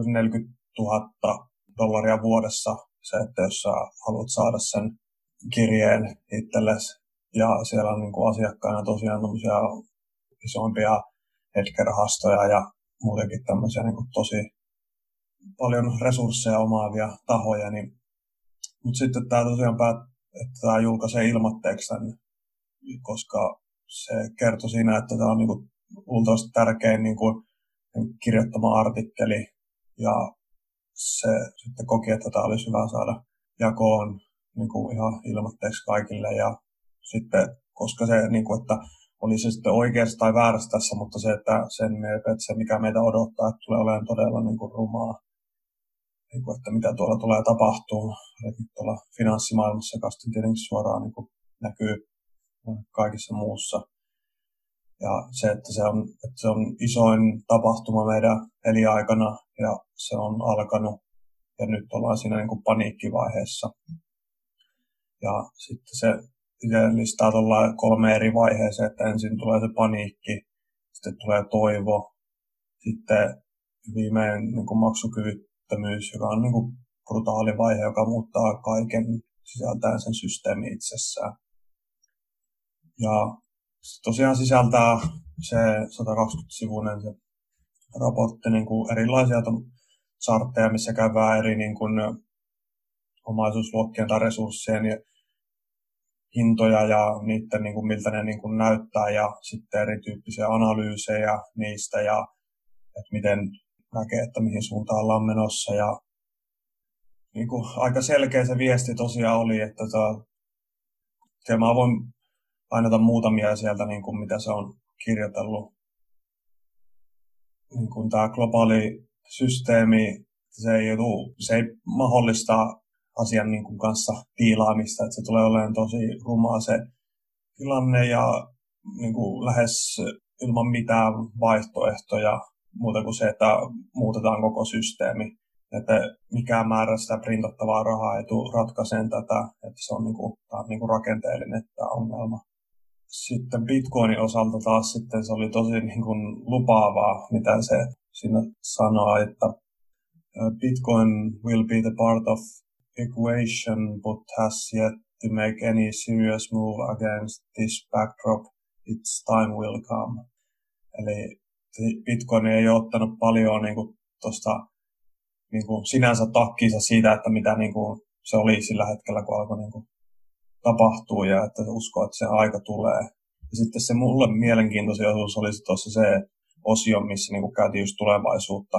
$40,000 vuodessa se, että jos sä haluat saada sen kirjeen itsellesi. Ja siellä on niin kuin asiakkaina tosiaan tämmöisiä isompia hedge-rahastoja ja muutenkin tämmöisiä niin kuin tosi paljon resursseja omaavia tahoja. Mutta sitten tämä tosiaan että tämä julkaisee ilmoitteeksi tämän, koska se kertoi siinä, että tämä on niin kuin luultavasti tärkein niin kuin kirjoittama artikkeli. Ja se sitten koki, että tämä olisi hyvä saada jakoon niin kuin ihan ilmoitteeksi kaikille. Ja sitten, koska se, niin kuin, että oli se sitten oikeassa tai väärässä tässä, mutta se, että se mikä meitä odottaa, että tulee olemaan todella niin kuin rumaa, niin kuin, että mitä tuolla tulee tapahtuu, tuolla finanssimaailmassa, joka sitten tietenkin suoraan niin kuin näkyy kaikessa muussa. Ja se, että se on isoin tapahtuma meidän elinaikana ja se on alkanut ja nyt ollaan siinä niin kuin paniikkivaiheessa. Ja sitten se listaa tuolla 3 eri vaiheeseen, että ensin tulee se paniikki, sitten tulee toivo, sitten viimein niin kuin maksukyvyttömyys, joka on niin kuin brutaali vaihe, joka muuttaa kaiken sisältäen sen systeemi itsessään. Ja se tosiaan sisältää se 120-sivuinen se raportti niin kuin erilaisia chartteja, missä käydään eri niin kuin omaisuusluokkien tai resurssien ja hintoja ja niiden, niin kuin, miltä ne niin kuin näyttää ja sitten erityyppisiä analyysejä niistä ja että miten näkee, että mihin suuntaan ollaan menossa. Ja niin kuin, aika selkeä se viesti tosiaan oli, että mä voin painata muutamia sieltä, niin kuin, mitä se on kirjoitellut. Niin kuin tämä globaali systeemi, se ei mahdollista asian niin kuin kanssa tiilaamista, että se tulee olemaan tosi rumaa se tilanne ja niin kuin lähes ilman mitään vaihtoehtoja muuta kuin se, että muutetaan koko systeemi. Että mikään määrä sitä printattavaa rahaa ei tule ratkaiseen tätä, että se on, niin kuin rakenteellinen tämä ongelma. sitten Bitcoinin osalta taas sitten se oli tosi niin kuin lupaavaa, mitä se siinä sanoo, että Bitcoin will be the part of equation but has yet to make any serious move against this backdrop. Its time will come. Eli Bitcoin ei ole ottanut paljon niin kuin tuosta niin kuin sinänsä takkiinsa siitä, että mitä niin kuin se oli sillä hetkellä, kun alkoi niin kuin tapahtua ja että se uskoo, että se aika tulee. Ja sitten se mulle mielenkiintoisin osuus oli tuossa se osio, missä niin kuin käytiin just tulevaisuutta.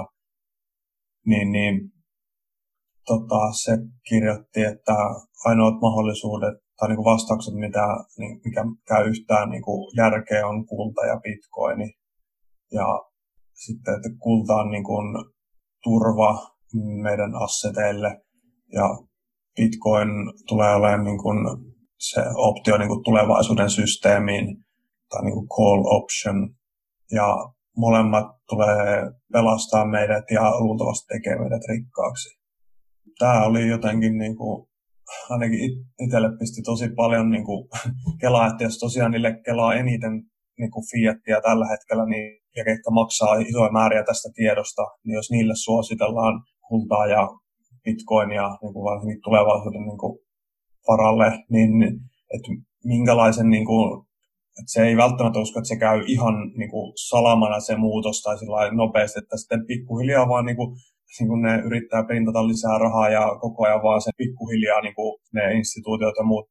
Se kirjoitti, että ainoat mahdollisuudet tai niin kuin vastaukset, mikä käy yhtään niin kuin järkeä, on kulta ja bitcoini. Ja sitten, että kulta on niin kuin turva meidän asseteille ja bitcoin tulee olemaan niin kuin se optio niin kuin tulevaisuuden systeemiin tai niin kuin call option. Ja molemmat tulee pelastaa meidät ja luultavasti tekee meidät rikkaaksi. Tämä oli jotenkin, niin kuin, ainakin itselle pisti tosi paljon niin kuin, kelaa, että jos tosiaan niille kelaa eniten niin kuin fiattia tällä hetkellä, niin, ja ketkä maksaa isoja määriä tästä tiedosta, niin jos niille suositellaan kultaa ja bitcoinia niin kuin varsinkin tulevaisuuden niin kuin, varalle, niin että minkälaisen niin kuin, että se ei välttämättä usko, että se käy ihan niin kuin salamana se muutos tai nopeasti, että sitten pikkuhiljaa vaan niin kuin ne yrittää printata lisää rahaa ja koko ajan vaan se pikkuhiljaa niin kuin ne instituutiot ja muut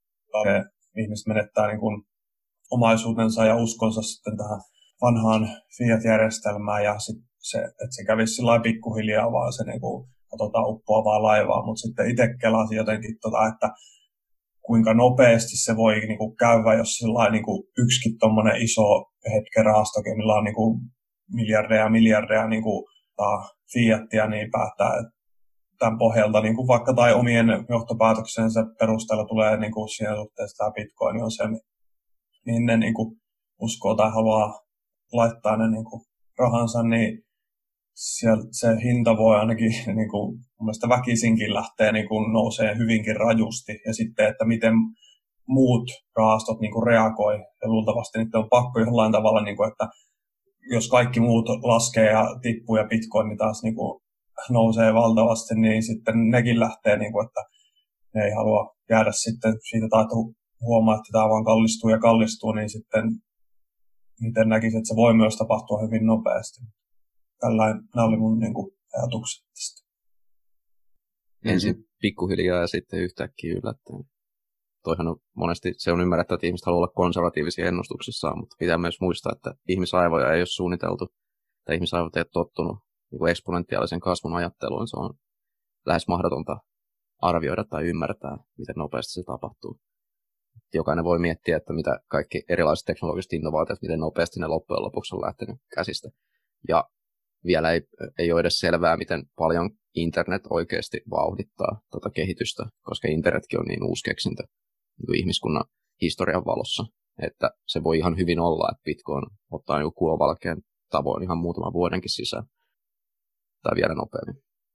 ihmiset menettää niin kuin omaisuutensa ja uskonsa sitten tähän vanhaan fiat-järjestelmään ja sit että se kävisi sillä lailla pikkuhiljaa vaan se niin kuin uppoavaa laivaa, mutta sitten itse kelasin jotenkin että kuinka nopeasti se voi niin kuin käydä, jos sillain niin kuin yksikin tommonen iso hetkerahastokin, millä on niin kuin miljardeja niin kuin, fiattia, niin päättää, että tämän pohjalta niin kuin vaikka tai omien johtopäätöksensä perusteella tulee niin kuin siinä suhteessa tämä Bitcoin on se, mihin ne niin kuin uskoo tai haluaa laittaa ne niin kuin rahansa, niin sieltä se hinta voi ainakin niin kuin, mun mielestä väkisinkin lähteä niin kuin nousee hyvinkin rajusti. Ja sitten, että miten muut rahastot niin kuin reagoi. Ja luultavasti nyt on pakko jollain tavalla, niin kuin, että jos kaikki muut laskee ja tippuu ja Bitcoin niin taas niin kuin nousee valtavasti, niin sitten nekin lähtee, niin kuin, että ne ei halua jäädä sitten siitä tai että huomaa, että tämä vaan kallistuu, niin sitten miten näkisin, että se voi myös tapahtua hyvin nopeasti. Nämä oli mun niin kuin, ajatukset tästä. Ensin pikkuhiljaa ja sitten yhtäkkiä yllättäen. Toihan on monesti, se on ymmärrettävä, että ihmiset haluaa olla konservatiivisia ennustuksissaan, mutta pitää myös muistaa, että ihmisaivoja ei ole suunniteltu, tai ihmisaivot ei ole tottunut niin eksponentiaalisen kasvun ajatteluun. Se on lähes mahdotonta arvioida tai ymmärtää, miten nopeasti se tapahtuu. Jokainen voi miettiä, että mitä kaikki erilaiset teknologiset innovaatiot, miten nopeasti ne loppujen lopuksi on lähtenyt käsistä. Ja vielä ei ole edes selvää, miten paljon internet oikeasti vauhdittaa tätä kehitystä, koska internetkin on niin uusi keksintö niin ihmiskunnan historian valossa, että se voi ihan hyvin olla, että Bitcoin ottaa niin kulovalkean tavoin ihan muutaman vuodenkin sisään, tai vielä nopeammin.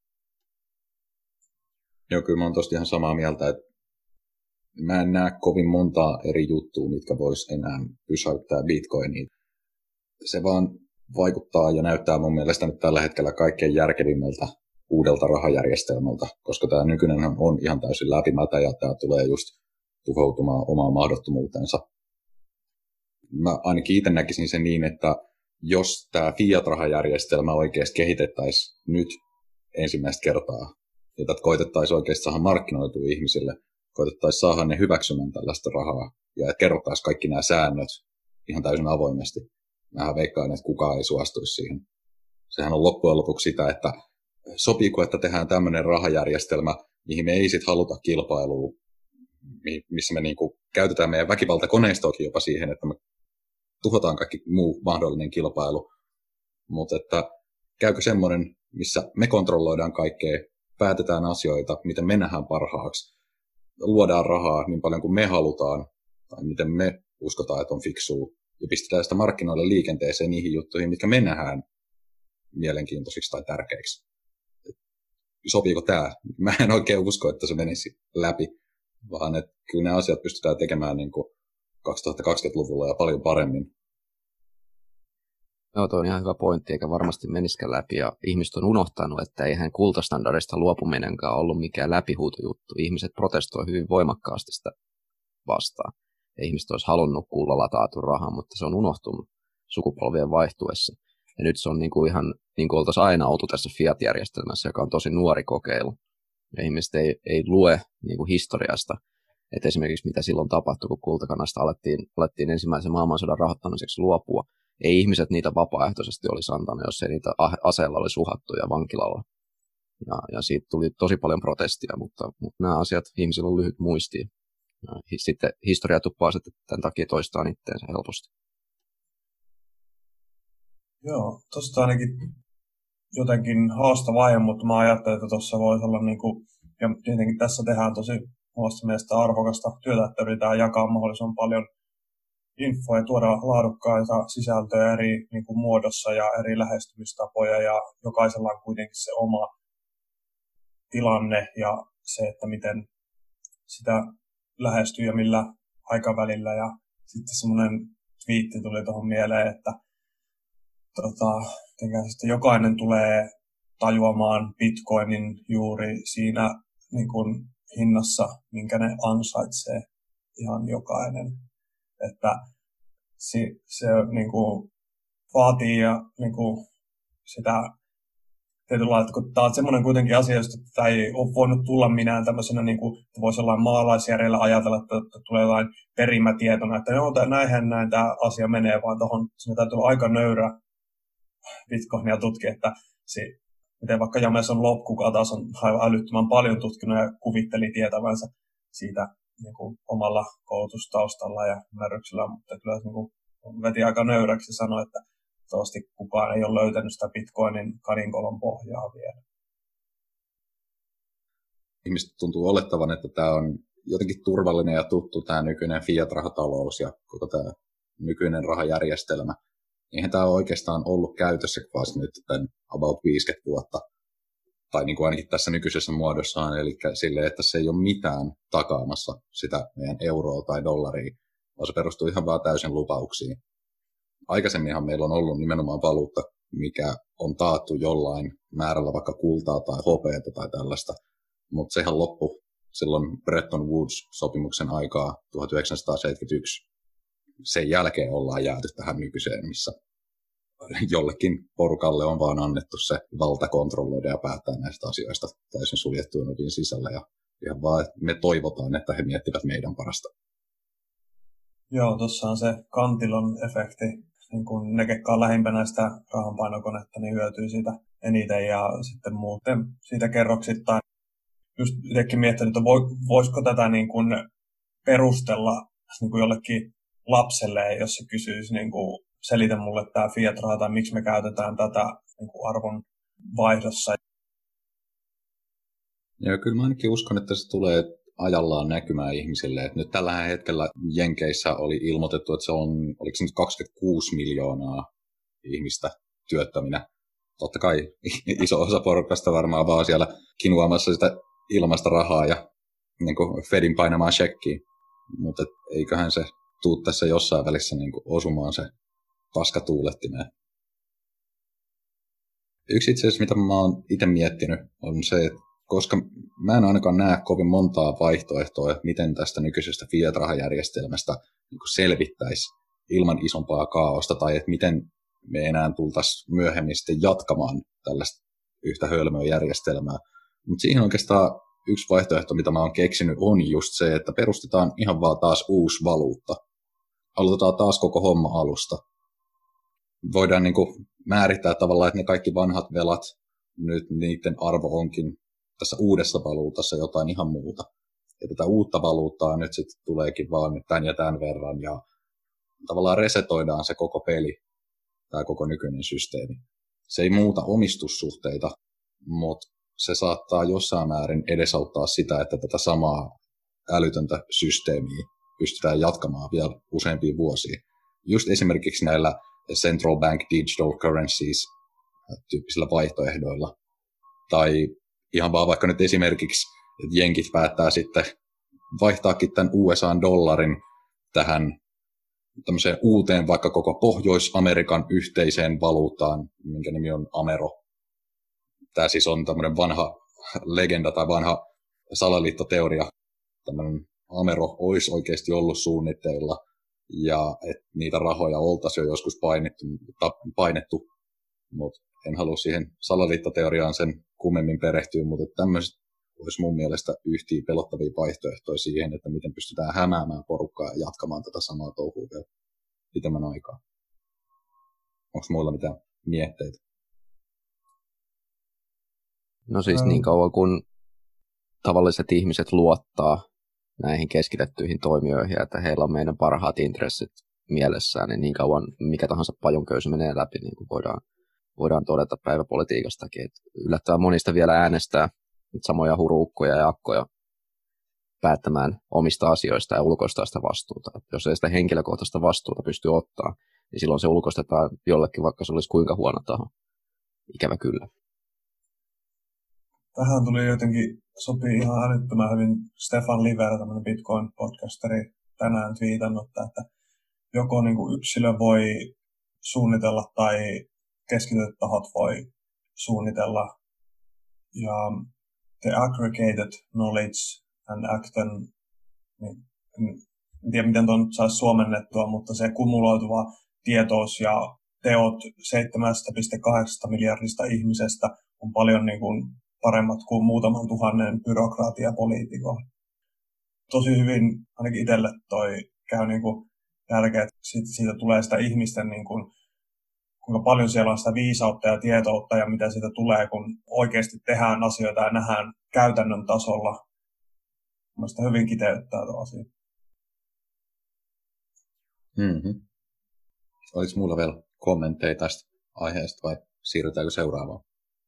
Joo, kyllä mä oon tosta ihan samaa mieltä, että mä en näe kovin montaa eri juttua, mitkä vois enää pysäyttää Bitcoinia. Se vaan vaikuttaa ja näyttää mun mielestä nyt tällä hetkellä kaikkein järkevimmältä uudelta rahajärjestelmältä, koska tämä nykyinen on ihan täysin läpimätä ja tämä tulee just tuhoutumaan omaan mahdottomuutensa. Mä ainakin itse näkisin sen niin, että jos tämä fiat-rahajärjestelmä oikeasti kehitettäisiin nyt ensimmäistä kertaa, ja tätä koitettaisiin oikeasti saada markkinoitua ihmisille, koitettaisiin saada ne hyväksymään tällaista rahaa, ja kerrottaisiin kaikki nämä säännöt ihan täysin avoimesti. Mähän veikkaan, että kukaan ei suostuisi siihen. Sehän on loppujen lopuksi sitä, että sopiiko, että tehdään tämmöinen rahajärjestelmä, mihin me ei sitten haluta kilpailua, missä me niinku käytetään meidän väkivaltakoneistoakin jopa siihen, että me tuhotaan kaikki muu mahdollinen kilpailu. Mutta että käykö semmoinen, missä me kontrolloidaan kaikkea, päätetään asioita, miten me nähdään parhaaksi, luodaan rahaa niin paljon kuin me halutaan, tai miten me uskotaan, että on fiksua, ja pistetään sitä markkinoille liikenteeseen niihin juttuihin, mitkä me nähdään mielenkiintoisiksi tai tärkeiksi. Sopiiko tämä? Mä en oikein usko, että se menisi läpi, vaan että kyllä ne asiat pystytään tekemään niin kuin 2020-luvulla ja paljon paremmin. Joo, tuo on ihan hyvä pointti, eikä varmasti menisikään läpi. Ja ihmiset on unohtanut, että eihän kultastandardista luopuminenkaan ollut mikään läpihuutojuttu. Ihmiset protestoi hyvin voimakkaasti sitä vastaan. Ja ihmiset olisi halunnut kullalla taatun rahan, mutta se on unohtunut sukupolvien vaihtuessa. Ja nyt se on niin kuin ihan niin kuin oltaisiin aina oltu tässä Fiat-järjestelmässä, joka on tosi nuori kokeilu. Ja ihmiset ei lue niin kuin historiasta, että esimerkiksi mitä silloin tapahtui, kun kultakannasta alettiin ensimmäisen maailmansodan rahoittamiseksi luopua. Ei ihmiset niitä vapaaehtoisesti olisi antanut, jos ei niitä aseella olisi uhattu ja vankilalla. Ja siitä tuli tosi paljon protestia, mutta nämä asiat ihmisillä on lyhyt muisti. Sitten historia tuppaa sitten tämän takia toistaan itteensä helposti. Joo, tuosta ainakin jotenkin haastava aihe, mutta mä ajattelin, että tuossa voisi olla, niin kuin, ja tietenkin tässä tehdään tosi omasta mielestä arvokasta työtä, että yritetään jakaa mahdollisimman paljon infoa ja tuoda laadukkaita sisältöjä eri niin kuin muodossa ja eri lähestymistapoja, ja jokaisella on kuitenkin se oma tilanne ja se, että miten sitä lähestyy ja millä aikavälillä. Ja sitten semmoinen twiitti tuli tuohon mieleen, että jokainen tulee tajuamaan Bitcoinin juuri siinä niin kuin hinnassa, minkä ne ansaitsee, ihan jokainen. Että se niin kuin vaatii ja niin kuin sitä tietynlaista, kun tämä on semmoinen kuitenkin asia, josta tämä ei ole voinut tulla minään tämmöisenä, niin kuin, että voisi jollain maalaisjärjellä ajatella, että tulee jotain perimätietona, että joo, näin tämä asia menee, vaan tuohon sinne täytyy olla aika nöyrä Bitcoinia tutkia, että miten vaikka Jameson Lopp, kuka taas on aivan älyttömän paljon tutkinut ja kuvitteli tietävänsä siitä niin kuin omalla koulutustaustalla ja ymmärryksellä, mutta kyllä niin kuin veti aika nöyräksi ja sanoi, että toivottavasti kukaan ei ole löytänyt sitä Bitcoinin kadinkolon pohjaa vielä. Ihmiset tuntuu olettavan, että tämä on jotenkin turvallinen ja tuttu tämä nykyinen fiat-rahatalous ja koko tämä nykyinen rahajärjestelmä. Eihän tämä ole oikeastaan ollut käytössä vasta nyt tämän about 50 vuotta, tai niin kuin ainakin tässä nykyisessä muodossaan, eli sille, että se ei ole mitään takaamassa sitä meidän euroa tai dollaria, vaan se perustuu ihan vaan täysin lupauksiin. Aikaisemminhan meillä on ollut nimenomaan valuutta, mikä on taattu jollain määrällä vaikka kultaa tai hopeata tai tällaista, mutta sehän loppui silloin Bretton Woods-sopimuksen aikaa 1971. Sen jälkeen ollaan jääty tähän nykyiseen, missä jollekin porukalle on vaan annettu se valta kontrolloida ja päättää näistä asioista täysin suljettujen ovien sisällä. Ja ihan vaan, että me toivotaan, että he miettivät meidän parasta. Joo, tuossa on se kantilon efekti. Niin kun ne, ketkä on lähimpänä sitä rahanpainokonetta, niin hyötyy siitä eniten ja sitten muuten siitä kerroksittain. Just itsekin miettinyt, että voisiko tätä niin kun perustella niin kun jollekin lapselle, jos se kysyisi, niin kuin, selitä mulle tämä fiat-raha tai miksi me käytetään tätä niin kuin arvon vaihdossa. Ja kyllä mä ainakin uskon, että se tulee ajallaan näkymään ihmisille. Et nyt tällä hetkellä Jenkeissä oli ilmoitettu, että se on, oliko se nyt 26 miljoonaa ihmistä työttöminä. Totta kai iso osa porukasta varmaan vaan siellä kinuamassa sitä ilmaista rahaa ja niin kuin Fedin painamaan shekkiin. Mutta eiköhän se tuu tässä jossain välissä niin kuin osumaan se paskatuulettimeen. Yksi itse asiassa, mitä mä oon itse miettinyt, on se, että koska mä en ainakaan näe kovin montaa vaihtoehtoa, että miten tästä nykyisestä fiat-rahajärjestelmästä niin kuin selvittäisi ilman isompaa kaaosta, tai että miten me enää tultaisiin myöhemmin sitten jatkamaan tällaista yhtä hölmöä järjestelmää. Mutta siihen oikeastaan yksi vaihtoehto, mitä mä oon keksinyt, on just se, että perustetaan ihan vaan taas uusi valuutta. Aloitetaan taas koko homma alusta. Voidaan niin kuin määrittää tavallaan, että ne kaikki vanhat velat, nyt niiden arvo onkin tässä uudessa valuutassa jotain ihan muuta. Ja tätä uutta valuuttaa nyt sitten tuleekin vaan tämän ja tämän verran, ja tavallaan resetoidaan se koko peli, tämä koko nykyinen systeemi. Se ei muuta omistussuhteita, mutta se saattaa jossain määrin edesauttaa sitä, että tätä samaa älytöntä systeemiä pystytään jatkamaan vielä useampia vuosia. Just esimerkiksi näillä central bank digital currencies tyyppisillä vaihtoehdoilla. Tai ihan vaan vaikka nyt esimerkiksi, että jenkit päättää sitten vaihtaakin tämän USA-dollarin tähän tämmöiseen uuteen vaikka koko Pohjois-Amerikan yhteiseen valuuttaan, minkä nimi on Amero. Tämä siis on tämmöinen vanha legenda tai vanha salaliittoteoria. Tämmöinen Amero olisi oikeasti ollut suunnitteilla ja että niitä rahoja oltaisiin jo joskus painettu. Mutta en halua siihen salaliittoteoriaan sen kummemmin perehtyä, mutta tämmöiset olisi mun mielestä yhtiä pelottavia vaihtoehtoja siihen, että miten pystytään hämäämään porukkaa ja jatkamaan tätä samaa touhua vielä pitemmän aikaa. Onko muilla mitään mietteitä? No siis niin kauan kun tavalliset ihmiset luottaa näihin keskitettyihin toimijoihin, että heillä on meidän parhaat intressit mielessään, niin kauan mikä tahansa pajonköysy menee läpi, niin kuin voidaan todeta päiväpolitiikastakin. Että yllättävän monista vielä äänestää samoja huruukkoja ja akkoja päättämään omista asioista ja ulkoistaa sitä vastuuta. Että jos ei sitä henkilökohtaista vastuuta pysty ottaa, niin silloin se ulkoistetaan jollekin, vaikka se olisi kuinka huono taho. Ikävä kyllä. Tähän tuli jotenkin, sopii ihan älyttömän hyvin Stefan Liver, tämmöinen Bitcoin-podcasteri, tänään twiitannut, että joko niin kuin yksilö voi suunnitella tai keskityt tahot voi suunnitella. Ja the aggregated knowledge and action, niin, en tiedä miten tuon saisi suomennettua, mutta se kumuloituva tietous ja teot 7,8 miljardista ihmisestä on paljon niin kuin paremmat kuin muutaman tuhannen byrokratiapoliitikon. Tosi hyvin ainakin itselle toi käy niin kuin järkeä, että siitä tulee sitä ihmisten, niin kuin, kuinka paljon siellä on sitä viisautta ja tietoutta ja mitä siitä tulee, kun oikeasti tehdään asioita ja nähdään käytännön tasolla. Mielestäni hyvin kiteyttää tuo asia. Mm-hmm. Oliko mulla vielä kommentteja tästä aiheesta vai siirrytäänkö seuraavaan?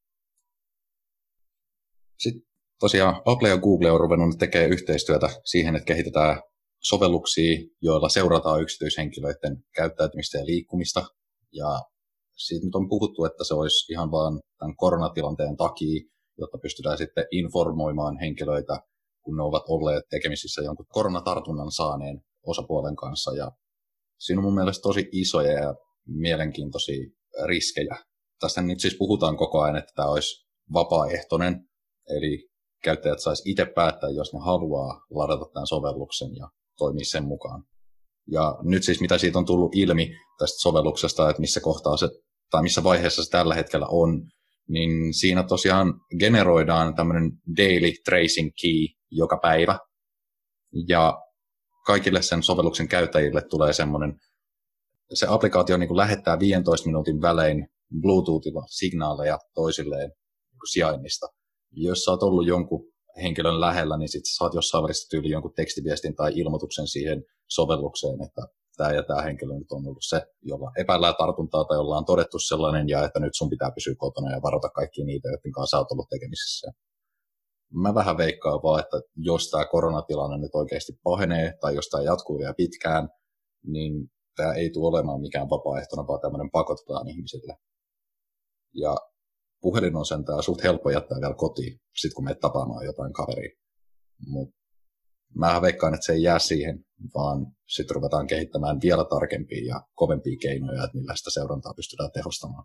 Sitten tosiaan Apple ja Google on ruvennut tekemään yhteistyötä siihen, että kehitetään sovelluksia, joilla seurataan yksityishenkilöiden käyttäytymistä ja liikkumista. Ja siitä nyt on puhuttu, että se olisi ihan vaan tämän koronatilanteen takia, jotta pystytään sitten informoimaan henkilöitä, kun ne ovat olleet tekemisissä jonkun koronatartunnan saaneen osapuolen kanssa. Ja siinä on mun mielestä tosi isoja ja mielenkiintoisia riskejä. Tästä nyt siis puhutaan koko ajan, että tämä olisi vapaaehtoinen, eli käyttäjät saisi itse päättää, jos ne haluaa ladata tämän sovelluksen ja toimia sen mukaan. Ja nyt siis mitä siitä on tullut ilmi tästä sovelluksesta, että missä kohtaa se, tai missä vaiheessa se tällä hetkellä on, niin siinä tosiaan generoidaan tämmöinen daily tracing key joka päivä. Ja kaikille sen sovelluksen käyttäjille tulee semmoinen, se applikaatio niin kuin lähettää 15 minuutin välein Bluetoothilla signaaleja toisilleen niin kuin sijainnista. Jos sä oot ollut jonkun henkilön lähellä, niin sit sä saat jossain välissä tyyliin jonkun tekstiviestin tai ilmoituksen siihen sovellukseen, että tämä ja tämä henkilö nyt on ollut se, jolla epäillään tartuntaa tai jolla on todettu sellainen, ja että nyt sun pitää pysyä kotona ja varata kaikki niitä, joiden kanssa sä oot ollut tekemisissä. Mä vähän veikkaan vaan, että jos tämä koronatilanne nyt oikeasti pahenee, tai jos tämä jatkuu vielä pitkään, niin tämä ei tule olemaan mikään vapaaehtoinen, vaan tämmöinen pakotetaan ihmisille. Ja puhelin on sentään suht helppo jättää vielä kotiin, sit kun menet tapaamaan jotain kaveria. Mut mä veikkaan, että se ei jää siihen, vaan sitten ruvetaan kehittämään vielä tarkempia ja kovempia keinoja, että millä sitä seurantaa pystytään tehostamaan.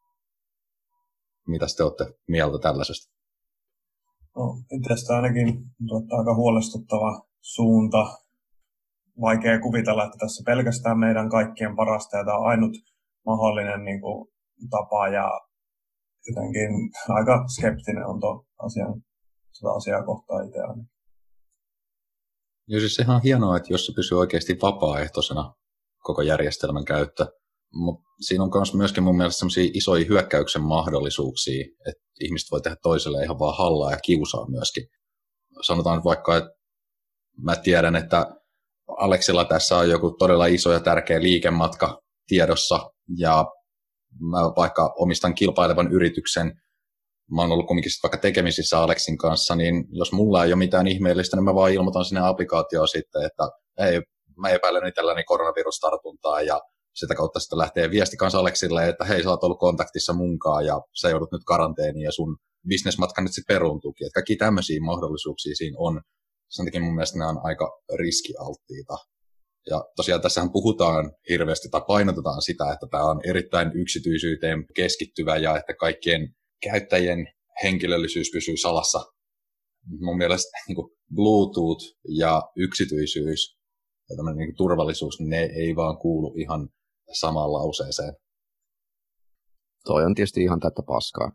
Mitä te olette mieltä tällaisesta? No, itsestä ainakin aika huolestuttava suunta. Vaikea kuvitella, että tässä pelkästään meidän kaikkien parasta ja tämä on ainut mahdollinen niin kuin, tapa ja jotenkin aika skeptinen on sitä asiaa kohtaan itse ainakin. Joo, siis sehän on hienoa, että jos se pysyy oikeasti vapaaehtoisena koko järjestelmän käyttö, mutta siinä on myöskin mun mielestä sellaisia isoja hyökkäyksen mahdollisuuksia, että ihmiset voi tehdä toiselle ihan vaan hallaa ja kiusaa myöskin. Sanotaan nyt vaikka, että mä tiedän, että Aleksilla tässä on joku todella iso ja tärkeä liikematka tiedossa, ja mä vaikka omistan kilpailevan yrityksen, mä oon ollut kumminkin vaikka tekemisissä Aleksin kanssa, niin jos mulla ei ole mitään ihmeellistä, niin mä vaan ilmoitan sinne applikaatioon sitten, että hei, mä epäilen itselläni koronavirustartuntaa, ja sitä kautta sitten lähtee viesti kanssa Aleksille, että hei, sä oot ollut kontaktissa munkaan, ja sä joudut nyt karanteeniin, ja sun bisnesmatka nyt sitten peruuntuukin. Että kaikki tämmöisiä mahdollisuuksia siinä on. Sen takia mun mielestä nämä on aika riskialttiita. Ja tosiaan tässähän puhutaan hirveästi tai painotetaan sitä, että tämä on erittäin yksityisyyteen keskittyvä ja että kaikkien käyttäjien henkilöllisyys pysyy salassa. Mun mielestä niin kuin Bluetooth ja yksityisyys ja tämmöinen niin kuin turvallisuus, ne ei vaan kuulu ihan samaan lauseeseen. Toi on tietysti ihan tätä paskaa.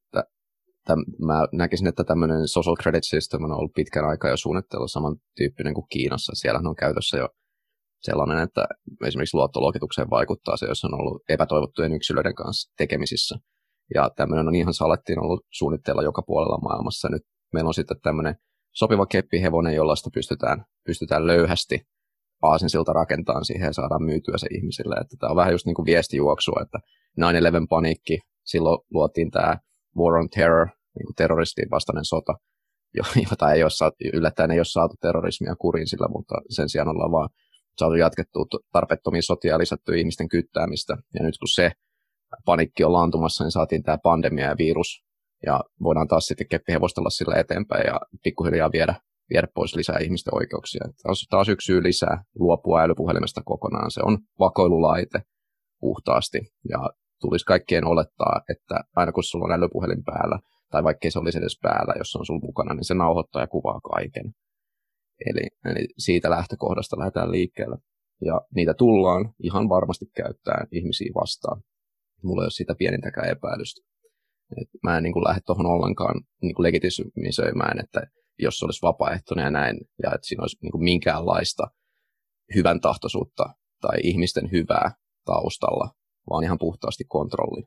Mä näkisin, että tämmöinen social credit system on ollut pitkän aikaa jo suunnittelussa samantyyppinen kuin Kiinassa. Siellähän on käytössä jo sellainen, että esimerkiksi luottoluokitukseen vaikuttaa se, jos on ollut epätoivottujen yksilöiden kanssa tekemisissä. Ja tämmöinen on ihan salettiin ollut suunnitteilla joka puolella maailmassa. Nyt meillä on sitten tämmöinen sopiva keppihevonen, jolla sitä pystytään löyhästi aasinsilta rakentamaan siihen ja saadaan myytyä se ihmisille. Että tämä on vähän just niin kuin viestijuoksua, että 9/11 paniikki, silloin luotiin tämä War on Terror, niin kuin terroristin vastainen sota, jota yllättäen ei ole saatu terrorismia kuriin sillä, mutta sen sijaan ollaan vaan saatu jatkettua tarpeettomia sotia ja lisättyä ihmisten kyttäämistä. Ja nyt kun se panikki on laantumassa, niin saatiin tämä pandemia ja virus, ja voidaan taas sitten keppihevostella sillä eteenpäin ja pikkuhiljaa viedä pois lisää ihmisten oikeuksia. Taas yksi syy lisää luopua älypuhelimesta kokonaan. Se on vakoilulaite puhtaasti, ja tulisi kaikkien olettaa, että aina kun sulla on älypuhelin päällä, tai vaikkei se olisi edes päällä, jos se on sulla mukana, niin se nauhoittaa ja kuvaa kaiken. Eli siitä lähtökohdasta lähdetään liikkeelle. Ja niitä tullaan ihan varmasti käyttämään ihmisiä vastaan. Mulla ei ole sitä pienintäkään epäilystä. Mä en niin kuin lähde tuohon ollenkaan niin kuin legitimisoimaan, että jos se olisi vapaaehtoinen ja näin, ja että siinä olisi niin kuin minkäänlaista hyvän tahtoisuutta tai ihmisten hyvää taustalla, vaan ihan puhtaasti kontrolli.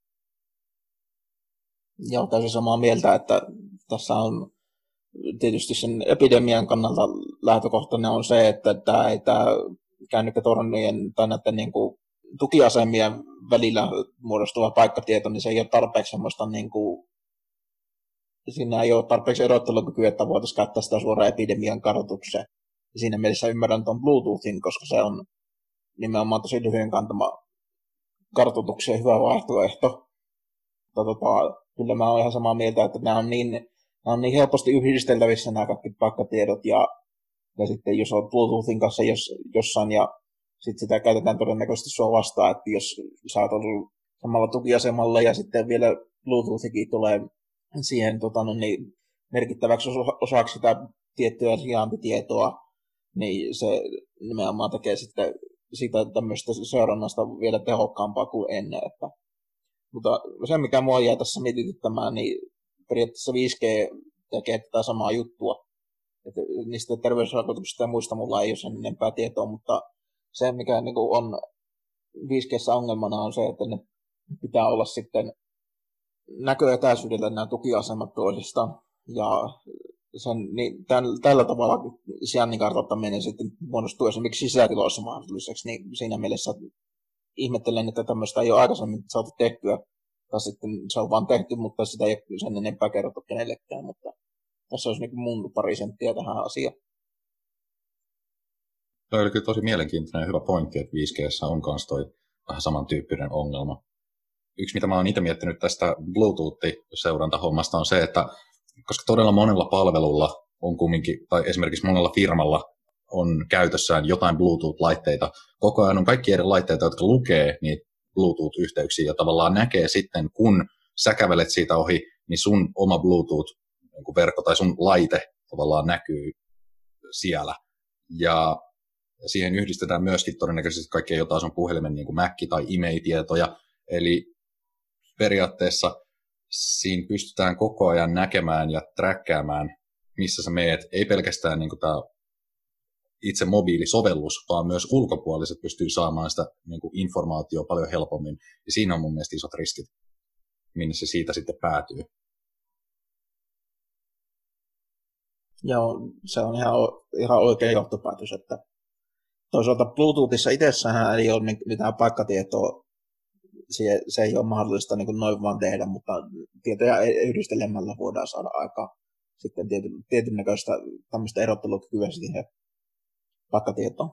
Joo, täysin samaa mieltä, että tässä on tietysti sen epidemian kannalta lähtökohtainen on se, että tämä kännykkätornien tai näiden niin kuin tukiasemien välillä muodostuva paikkatieto, niin se ei ole tarpeeksi semmoista, niin kuin, siinä ei ole tarpeeksi erottelukykyä, että voitaisiin käyttää sitä suoraan epidemian kartoitukseen. Siinä mielessä ymmärrän tuon Bluetoothin, koska se on nimenomaan tosi lyhyen kantama kartoitukseen hyvä vaihtoehto. Kyllä mä oon ihan samaa mieltä, että nämä on niin helposti yhdisteltävissä nämä kaikki paikkatiedot ja sitten jos on Bluetoothin kanssa jossain ja sitten sitä käytetään todennäköisesti sua vastaan, että jos sä oot ollut samalla tukiasemalla ja sitten vielä Bluetoothikin tulee siihen niin merkittäväksi osaksi sitä tiettyä sijaintitietoa, niin se nimenomaan tekee sitten siitä tämmöistä seurannasta vielä tehokkaampaa kuin ennen. Mutta se, mikä mua jää tässä mietityttämään, niin periaatteessa 5G tekee tätä samaa juttua. Että niistä terveysvaikutuksista ja muista mulla ei ole sen enempää tietoa, mutta se, mikä niin on 5G:ssä ongelmana on se, että ne pitää olla sitten näköetäisyydellä nämä tukiasemat toisistaan. Ja niin tällä tavalla sijainnin kartoittaminen sitten muodostuu esimerkiksi sisätiloissa mahdolliseksi, niin siinä mielessä ihmettelen, että tämmöistä ei ole aikaisemmin saatu tehtyä, tai sitten se on vaan tehty, mutta sitä ei ole sen enempää kerrottu kenellekään, mutta tässä olisi niin mun pari senttiä tähän asiaan. Se oli kyllä tosi mielenkiintoinen ja hyvä pointti, että 5G:ssä on myös toi vähän samantyyppinen ongelma. Yksi, mitä mä oon itse miettinyt tästä Bluetooth-seurantahommasta on se, että koska todella monella palvelulla on kumminkin, tai esimerkiksi monella firmalla on käytössään jotain Bluetooth-laitteita. Koko ajan on kaikki eri laitteita, jotka lukee niitä Bluetooth-yhteyksiä ja tavallaan näkee sitten, kun sä kävelet siitä ohi, niin sun oma Bluetooth-verkko tai sun laite tavallaan näkyy siellä. Ja siihen yhdistetään myöskin todennäköisesti kaikkea jotain sun puhelimen niin kuin Mac- tai e-mail-tietoja. Eli periaatteessa siinä pystytään koko ajan näkemään ja träkkäämään, missä sä meet. Ei pelkästään niin kuin tämä itse mobiilisovellus, vaan myös ulkopuoliset pystyy saamaan sitä niin kuin informaatiota paljon helpommin. Ja siinä on mun mielestä isot riskit, minne se siitä sitten päätyy. Joo, se on ihan oikea johtopäätös, että toisaalta Bluetoothissa itsessähän ei ole mitään paikkatietoa, se ei ole mahdollista niin kuin noin vaan tehdä, mutta tietoja yhdistelemällä voidaan saada aikaan sitten tietyn näköistä tämmöistä erottelukykyä siihen paikkatietoon.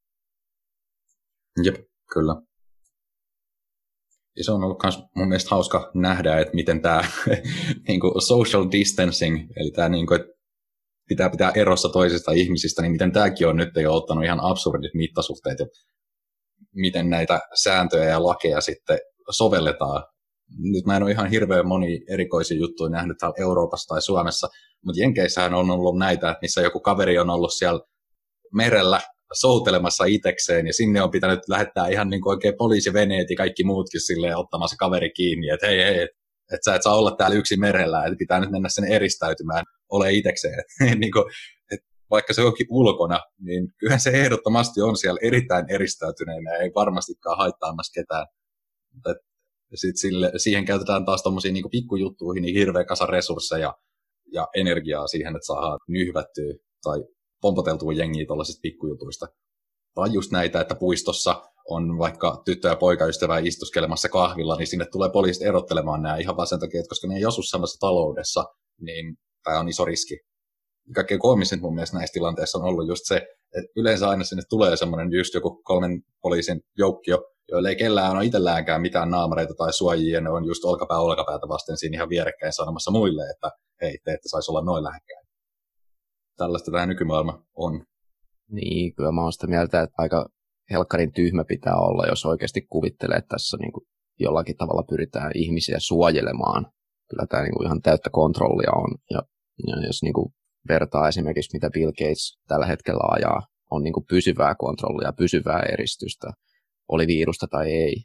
Jep, kyllä. Ja se on ollut myös mun mielestä hauska nähdä, että miten tämä niin kuin social distancing, eli tämä, niin kuin, että pitää erossa toisista ihmisistä, niin miten tämäkin on nyt jo ottanut ihan absurdit mittasuhteet ja miten näitä sääntöjä ja lakeja sitten sovelletaan. Nyt mä en ole ihan hirveän moni erikoisia juttuja nähnyt täällä Euroopassa tai Suomessa, mutta Jenkeissähän on ollut näitä, että missä joku kaveri on ollut siellä merellä soutelemassa itekseen, ja sinne on pitänyt lähettää ihan niin kuin oikein poliisiveneet ja kaikki muutkin silleen ottamassa kaveri kiinni, että hei, että sä et saa olla täällä yksin merellä, että pitää nyt mennä sen eristäytymään, ole itekseen. Niin kuin, että vaikka se onkin ulkona, niin kyllähän se ehdottomasti on siellä erittäin eristäytyneenä ja ei varmastikaan haittaamassa ketään. Mutta siihen käytetään taas tommosia niin kuin pikkujuttuihin niin hirveä kasa resursseja ja energiaa siihen, että saadaan nyhvättyä tai pompoteltua jengiä tuollaisista pikkujutuista. Tai just näitä, että puistossa on vaikka tyttö- ja poikaystävää istuskelemassa kahvilla, niin sinne tulee poliisit erottelemaan nämä ihan vaan sen takia, että koska ne ei asu samassa taloudessa, niin tämä on iso riski. Kaikkein koomisin mun mielestä näissä tilanteissa on ollut just se, että yleensä aina sinne tulee semmoinen just joku 3 poliisin joukkio, joilla ei kellään ole itselläänkään mitään naamareita tai suojia, ja ne on just olkapäätä vasten siinä ihan vierekkäin sanomassa muille, että hei, te ette saisi olla noin lähekkäin. Tällaista tämä nykymaailma on. Niin, kyllä mä oon sitä mieltä, että aika helkkarin tyhmä pitää olla, jos oikeasti kuvittelee, että tässä niin kuin jollakin tavalla pyritään ihmisiä suojelemaan. Kyllä tämä niin kuin ihan täyttä kontrollia on. Ja jos niin kuin vertaa esimerkiksi, mitä Bill Gates tällä hetkellä ajaa, on niin kuin pysyvää kontrollia, pysyvää eristystä, oli virusta tai ei.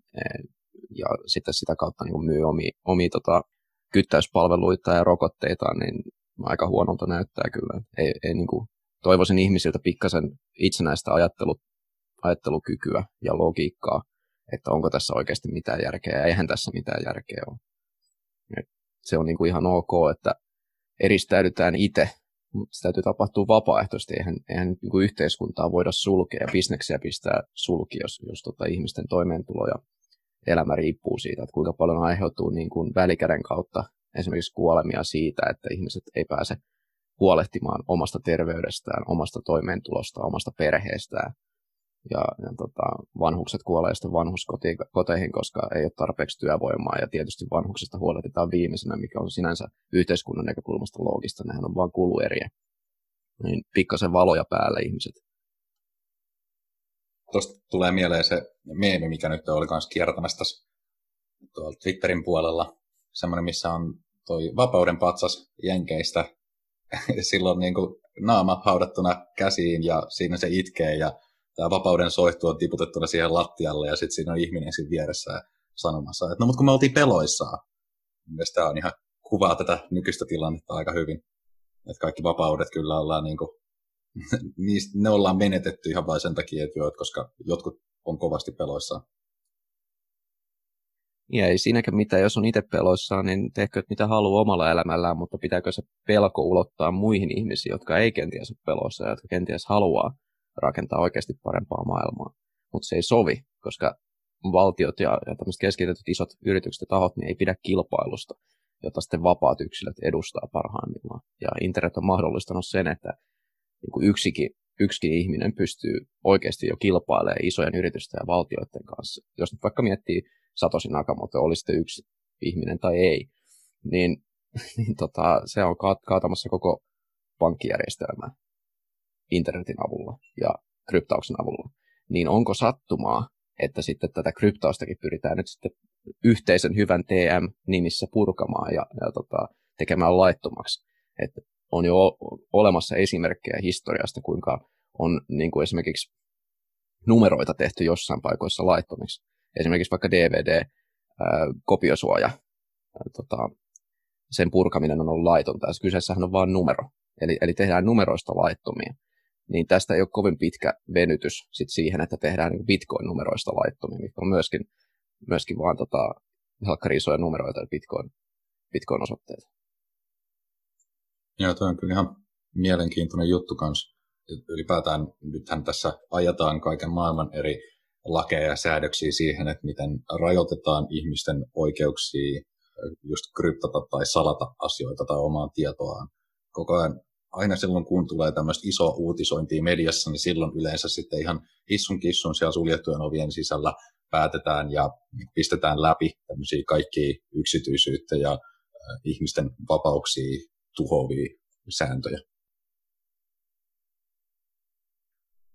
Ja sitten sitä kautta niin kuin myy omia kyttäyspalveluita ja rokotteita, niin aika huonolta näyttää kyllä. Ei niin kuin, toivoisin ihmisiltä pikkasen itsenäistä ajattelukykyä ja logiikkaa, että onko tässä oikeasti mitään järkeä, ja eihän tässä mitään järkeä ole. Se on niin kuin ihan ok, että eristäydytään itse, mutta se täytyy tapahtua vapaaehtoisesti. Eihän niin kuin yhteiskuntaa voida sulkea, ja bisneksiä pistää sulki, jos ihmisten toimeentulo ja elämä riippuu siitä, että kuinka paljon aiheutuu niin kuin välikäden kautta esimerkiksi kuolemia siitä, että ihmiset ei pääse huolehtimaan omasta terveydestään, omasta toimeentulostaan, omasta perheestään. Ja vanhukset kuolee sitten vanhuskoteihin, koska ei ole tarpeeksi työvoimaa, ja tietysti vanhuksista huolehditaan viimeisenä, mikä on sinänsä yhteiskunnan näkökulmasta loogista. Nehän on vain kulueriä. Niin pikkasen valoja päälle ihmiset. Tuosta tulee mieleen se meemi, mikä nyt oli kanssa kiertämässä tuolla Twitterin puolella. Semmoinen, missä on toi vapauden patsas Jenkeistä. Silloin niin kuin naama haudattuna käsiin ja siinä se itkee ja tämä vapauden soihtu on tiputettuna siihen lattialle ja sitten siinä on ihminen siinä vieressä sanomassa, että no mutta kun me oltiin peloissaan. Mielestäni tämä on ihan kuvaa tätä nykyistä tilannetta aika hyvin. Että kaikki vapaudet kyllä ollaan niin kuin, ne ollaan menetetty ihan vain sen takia, että koska jotkut on kovasti peloissaan. Ja ei siinäkään mitään, jos on itse peloissaan, niin tehkö mitä haluaa omalla elämällään, mutta pitääkö se pelko ulottaa muihin ihmisiin, jotka ei kenties ole peloissa ja jotka kenties haluaa rakentaa oikeasti parempaa maailmaa. Mutta se ei sovi, koska valtiot ja tämmöiset keskitetyt isot yritykset ja tahot niin ei pidä kilpailusta, jota sitten vapaat yksilöt edustaa parhaimmillaan. Ja internet on mahdollistanut sen, että niin yksikin ihminen pystyy oikeasti jo kilpailemaan isojen yritysten ja valtioiden kanssa. Jos nyt vaikka miettii Satoshi Nakamoto, oli sitten yksi ihminen tai ei, niin se on kaatamassa koko pankkijärjestelmää internetin avulla ja kryptauksen avulla. Niin onko sattumaa, että sitten tätä kryptaustakin pyritään nyt sitten yhteisen hyvän TM-nimissä purkamaan ja tekemään laittomaksi. Että on jo olemassa esimerkkejä historiasta, kuinka on niin kuin esimerkiksi numeroita tehty jossain paikoissa laittomiksi. Esimerkiksi vaikka DVD-kopiosuoja, sen purkaminen on ollut laitonta. Kyseessähän on vain numero, eli tehdään numeroista laittomia. Niin tästä ei ole kovin pitkä venytys sit siihen, että tehdään niin Bitcoin-numeroista laittomia, mitkä on myöskin vaan helkkari isoja numeroita ja Bitcoin-osoitteita. Joo, tuo on kyllä ihan mielenkiintoinen juttu kanssa. Ylipäätään nythän tässä ajetaan kaiken maailman eri lakeja ja säädöksiä siihen, että miten rajoitetaan ihmisten oikeuksia just kryptata tai salata asioita tai omaa tietoaan. Koko ajan, aina silloin, kun tulee tämmöistä isoa uutisointia mediassa, niin silloin yleensä sitten ihan hissun kissun siellä suljettujen ovien sisällä päätetään ja pistetään läpi tämmöisiä kaikkia yksityisyyttä ja ihmisten vapauksia tuhoavia sääntöjä.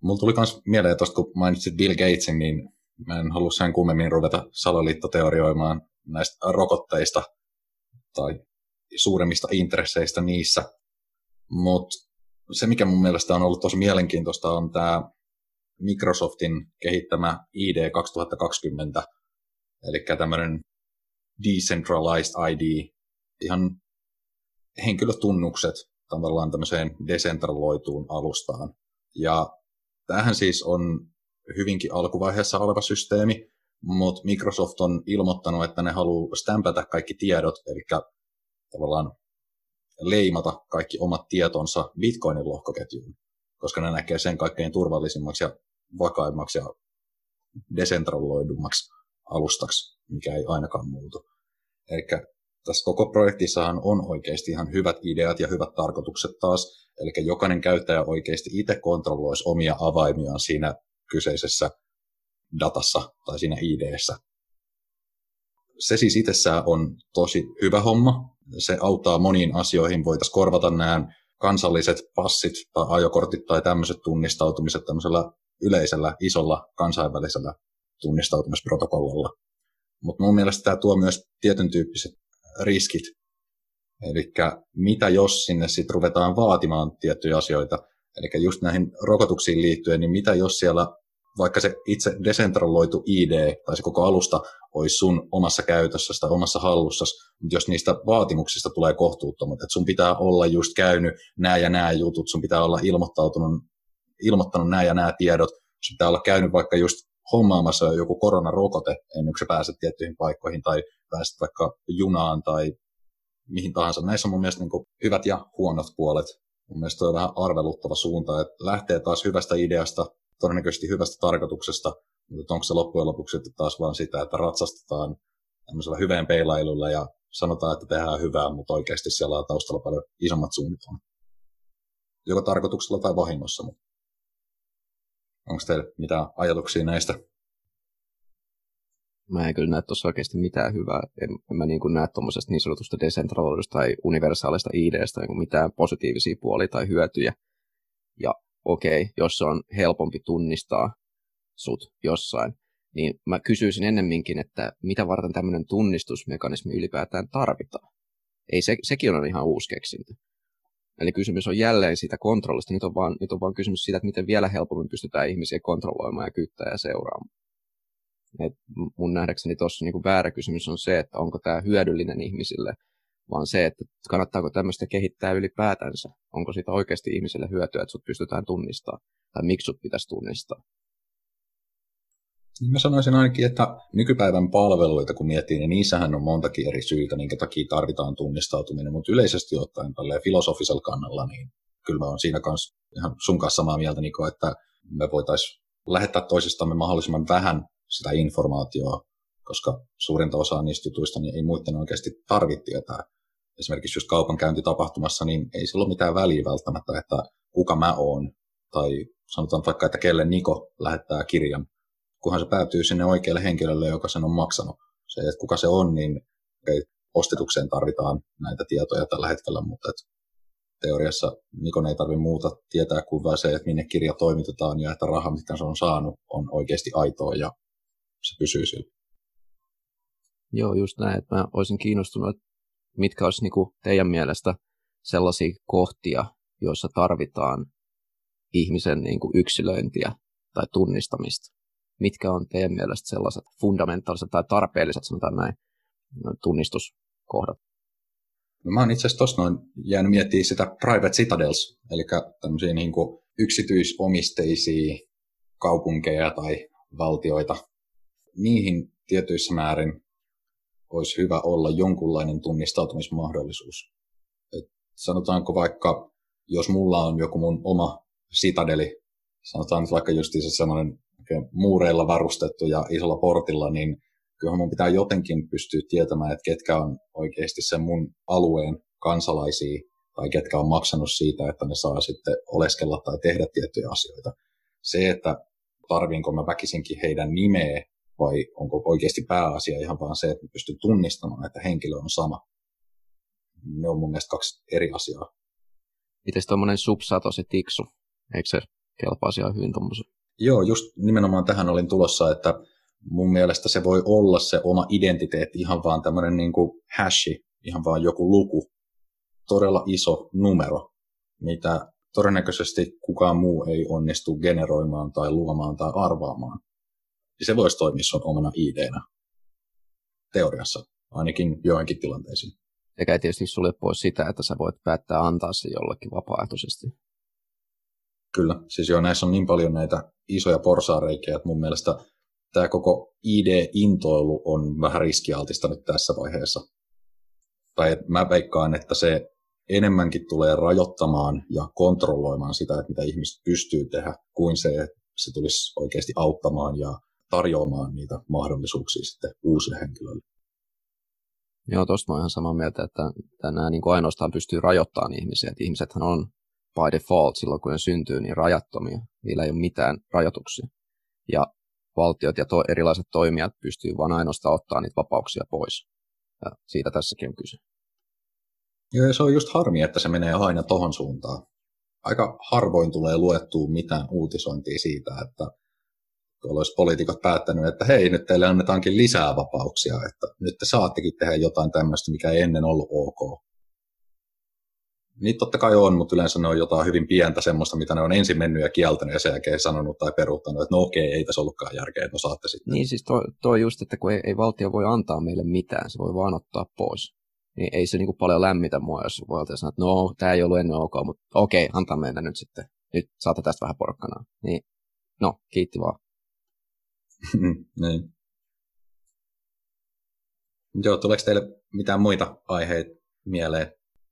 Mulla tuli myös mieleen tuosta, kun mainitsit Bill Gatesin, niin mä en halua sen kummemmin ruveta salaliittoteorioimaan näistä rokotteista tai suuremmista intresseistä niissä. Mutta se, mikä mun mielestä on ollut tosi mielenkiintoista, on tämä Microsoftin kehittämä ID 2020, eli tämmöinen decentralized ID, ihan henkilötunnukset tavallaan tämmöiseen desentraloituun alustaan. Ja tämähän siis on hyvinkin alkuvaiheessa oleva systeemi, mutta Microsoft on ilmoittanut, että ne haluaa stämpätä kaikki tiedot, eli tavallaan leimata kaikki omat tietonsa Bitcoinin lohkoketjuun, koska ne näkee sen kaikkein turvallisimmaksi ja vakaimmaksi ja desentraloidummaksi alustaksi, mikä ei ainakaan muutu. Eli tässä koko projektissahan on oikeasti ihan hyvät ideat ja hyvät tarkoitukset taas, eli jokainen käyttäjä oikeasti itse kontrolloisi omia avaimiaan siinä kyseisessä datassa tai siinä ID:ssä. Se siis itsessään on tosi hyvä homma. Se auttaa moniin asioihin. Voitaisiin korvata nämä kansalliset passit tai ajokortit tai tämmöiset tunnistautumiset tämmöisellä yleisellä, isolla, kansainvälisellä tunnistautumisprotokollalla. Mutta mun mielestä tämä tuo myös tietyn tyyppiset riskit. Eli mitä jos sinne sitten ruvetaan vaatimaan tiettyjä asioita, eli just näihin rokotuksiin liittyen, niin mitä jos siellä vaikka se itse desentraloitu ID tai se koko alusta olisi sun omassa käytössä tai omassa hallussasi, mutta jos niistä vaatimuksista tulee kohtuuttomat, että sun pitää olla just käynyt nämä ja nämä jutut, sun pitää olla ilmoittanut nämä ja nämä tiedot, sun pitää olla käynyt vaikka just hommaamassa joku koronarokote ennen kuin sä pääset tiettyihin paikkoihin tai pääset vaikka junaan tai mihin tahansa. Näissä on mun mielestä niin hyvät ja huonot puolet. Mun mielestä toi on vähän arveluttava suunta, että lähtee taas hyvästä ideasta, todennäköisesti hyvästä tarkoituksesta, mutta onko se loppujen lopuksi taas vaan sitä, että ratsastetaan tämmöisellä hyvän peilailulla ja sanotaan, että tehdään hyvää, mutta oikeasti siellä on taustalla paljon isommat suunnitelmat. Joko tarkoituksella tai vahingossa. Onko teillä mitään ajatuksia näistä? Mä en kyllä näe tuossa oikeasti mitään hyvää. En mä niin kuin näe tuommoisesta niin sanotusta decentraloidusta tai universaalista ID:stä niin mitään positiivisia puolia tai hyötyjä. Ja okei, jos se on helpompi tunnistaa sut jossain, niin mä kysyisin ennemminkin, että mitä varten tämmöinen tunnistusmekanismi ylipäätään tarvitaan. Ei, sekin on ihan uusi keksintö. Eli kysymys on jälleen siitä kontrollista. Nyt on vaan kysymys siitä, että miten vielä helpommin pystytään ihmisiä kontrolloimaan ja kyttää ja seuraamaan. Et mun nähdäkseni tuossa niinku väärä kysymys on se, että onko tämä hyödyllinen ihmisille, vaan se, että kannattaako tämmöistä kehittää ylipäätänsä. Onko siitä oikeasti ihmisille hyötyä, että sut pystytään tunnistamaan, tai miksi sut pitäisi tunnistaa. Mä sanoisin ainakin, että nykypäivän palveluita, kun miettii, niin niissähän on montakin eri syitä, minkä takia tarvitaan tunnistautuminen, mutta yleisesti ottaen tälleen filosofisella kannalla, niin kyllä mä oon siinä kanssa ihan sun kanssa samaa mieltä, Niko, että me voitaisiin lähettää toisistamme mahdollisimman vähän sitä informaatiota, koska suurinta osaa niistä jutuista niin ei muiden oikeasti tarvitse tietää. Esimerkiksi just kaupankäyntitapahtumassa, niin ei sillä ole mitään väliä välttämättä, että kuka mä oon, tai sanotaan vaikka, että kelle Niko lähettää kirjan, kunhan se päätyy sinne oikealle henkilölle, joka sen on maksanut. Se, että kuka se on, niin ostetukseen tarvitaan näitä tietoja tällä hetkellä, mutta teoriassa Nikon ei tarvitse muuta tietää kuin vain se, että minne kirja toimitetaan ja että raha, mitkä se on saanut, on oikeasti aitoa ja se pysyy sillä. Joo, just näin, että mä olisin kiinnostunut, että mitkä olisi niinku teidän mielestä sellaisia kohtia, joissa tarvitaan ihmisen niinku yksilöintiä tai tunnistamista. Mitkä on teidän mielestä sellaiset fundamentaaliset tai tarpeelliset, sanotaan näin, tunnistuskohdat? No, mä oon itse asiassa tuossa noin jäänyt miettimään sitä private citadels, eli tämmöisiä niin kuin yksityisomisteisia kaupunkeja tai valtioita. Niihin tietyissä määrin olisi hyvä olla jonkunlainen tunnistautumismahdollisuus. Et sanotaanko vaikka, jos mulla on joku mun oma citadeli, sanotaan nyt vaikka justiinsa semmoinen muureilla varustettu ja isolla portilla, niin kyllähän mun pitää jotenkin pystyä tietämään, että ketkä on oikeasti sen mun alueen kansalaisia tai ketkä on maksanut siitä, että ne saa sitten oleskella tai tehdä tiettyjä asioita. Se, että tarviinko mä väkisinkin heidän nimeä vai onko oikeasti pääasia ihan vaan se, että mä pystyn tunnistamaan, että henkilö on sama. Ne on mun mielestä kaksi eri asiaa. Mites tuommoinen subsa tosi tiksu? Eikö se kelpaisi ihan hyvin tuommoisen. Joo, just nimenomaan tähän olin tulossa, että mun mielestä se voi olla se oma identiteetti ihan vaan tämmöinen niin kuin hashi, ihan vaan joku luku, todella iso numero, mitä todennäköisesti kukaan muu ei onnistu generoimaan tai luomaan tai arvaamaan. Ja se voisi toimia sun omana ID-nä teoriassa, ainakin joihinkin tilanteisiin. Eikä ei tietysti sulje pois sitä, että sä voit päättää antaa se jollekin vapaaehtoisesti. Kyllä, siis joo, näissä on niin paljon näitä isoja porsaareikiä, että mun mielestä tämä koko ID-intoilu on vähän riskialtista nyt tässä vaiheessa. Tai mä veikkaan, että se enemmänkin tulee rajoittamaan ja kontrolloimaan sitä, että mitä ihmiset pystyy tehdä, kuin se, että se tulisi oikeasti auttamaan ja tarjoamaan niitä mahdollisuuksia sitten uusille henkilöille. Joo, tuosta mä oon ihan samaa mieltä, että nämä niin kuin ainoastaan pystyy rajoittamaan ihmisiä. Että ihmisethän on by default silloin, kun ne syntyy, niin rajattomia. Niillä ei ole mitään rajoituksia. Ja valtiot ja erilaiset toimijat pystyy vain ainoastaan ottaa niitä vapauksia pois. Ja siitä tässäkin on kyse. Joo, ja se on just harmi, että se menee aina tohon suuntaan. Aika harvoin tulee luettua mitään uutisointia siitä, että tuolla olisi poliitikot päättänyt, että hei, nyt teille annetaankin lisää vapauksia, että nyt te saattekin tehdä jotain tämmöistä, mikä ei ennen ollut ok. Niitä totta kai on, mutta yleensä ne on jotain hyvin pientä semmoista, mitä ne on ensin mennyt ja kieltänyt ja sen jälkeen sanonut tai peruuttanut, että no okei, ei tässä ollutkaan järkeä, että no saatte sitten. Niin siis toi just, että kun ei valtio voi antaa meille mitään, se voi vaan ottaa pois. Niin ei se niinku paljon lämmitä mua, jos valtio sanoo, että no, tämä ei ollut ennen ok, mutta okei, antaa meidän nyt sitten. Nyt saatte tästä vähän porkkanaa. Niin, no, kiitti vaan. Niin. Joo, tuleeko teille mitään muita aiheita mieleen?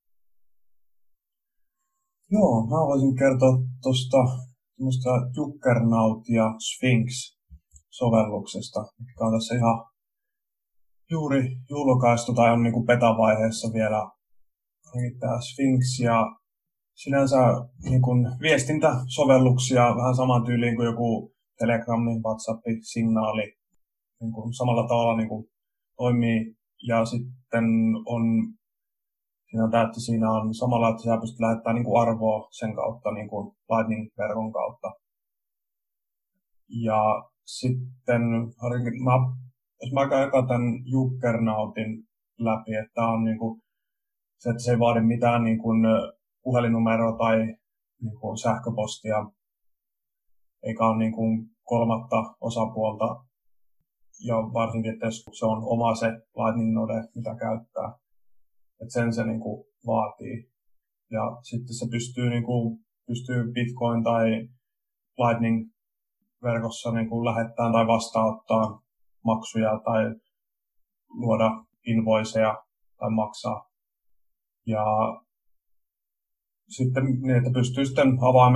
Joo, mä voisin kertoa tuosta Juggernaut ja Sphinx-sovelluksesta, mikä on tässä ihan juuri julkaistu tai on niin kuin beta-vaiheessa vielä tämä Sphinx ja sinänsä niin kuin viestintäsovelluksia vähän saman tyyliin kuin joku Telegrami, WhatsApp, Signaali niin kuin samalla tavalla niin kuin toimii ja sitten on siinä on samalla, että sä pystyt lähettämään niin kuin arvoa sen kautta niin kuin Lightning-verkon kautta. Ja sitten jos mä käyn tämän Juggernautin läpi, että tämä on niin kuin, se, että se ei vaadi mitään niin kuin puhelinnumeroa tai niin kuin sähköpostia, eikä ole niin kuin kolmatta osapuolta. Ja varsinkin, että jos se on oma se Lightning-node, mitä käyttää. Että sen se niin kuin vaatii. Ja sitten se pystyy Bitcoin tai Lightning-verkossa niin kuin lähettämään tai vastaanottaa maksuja tai luoda invoiceja tai maksaa. Ja sitten niin, että pystyy sitten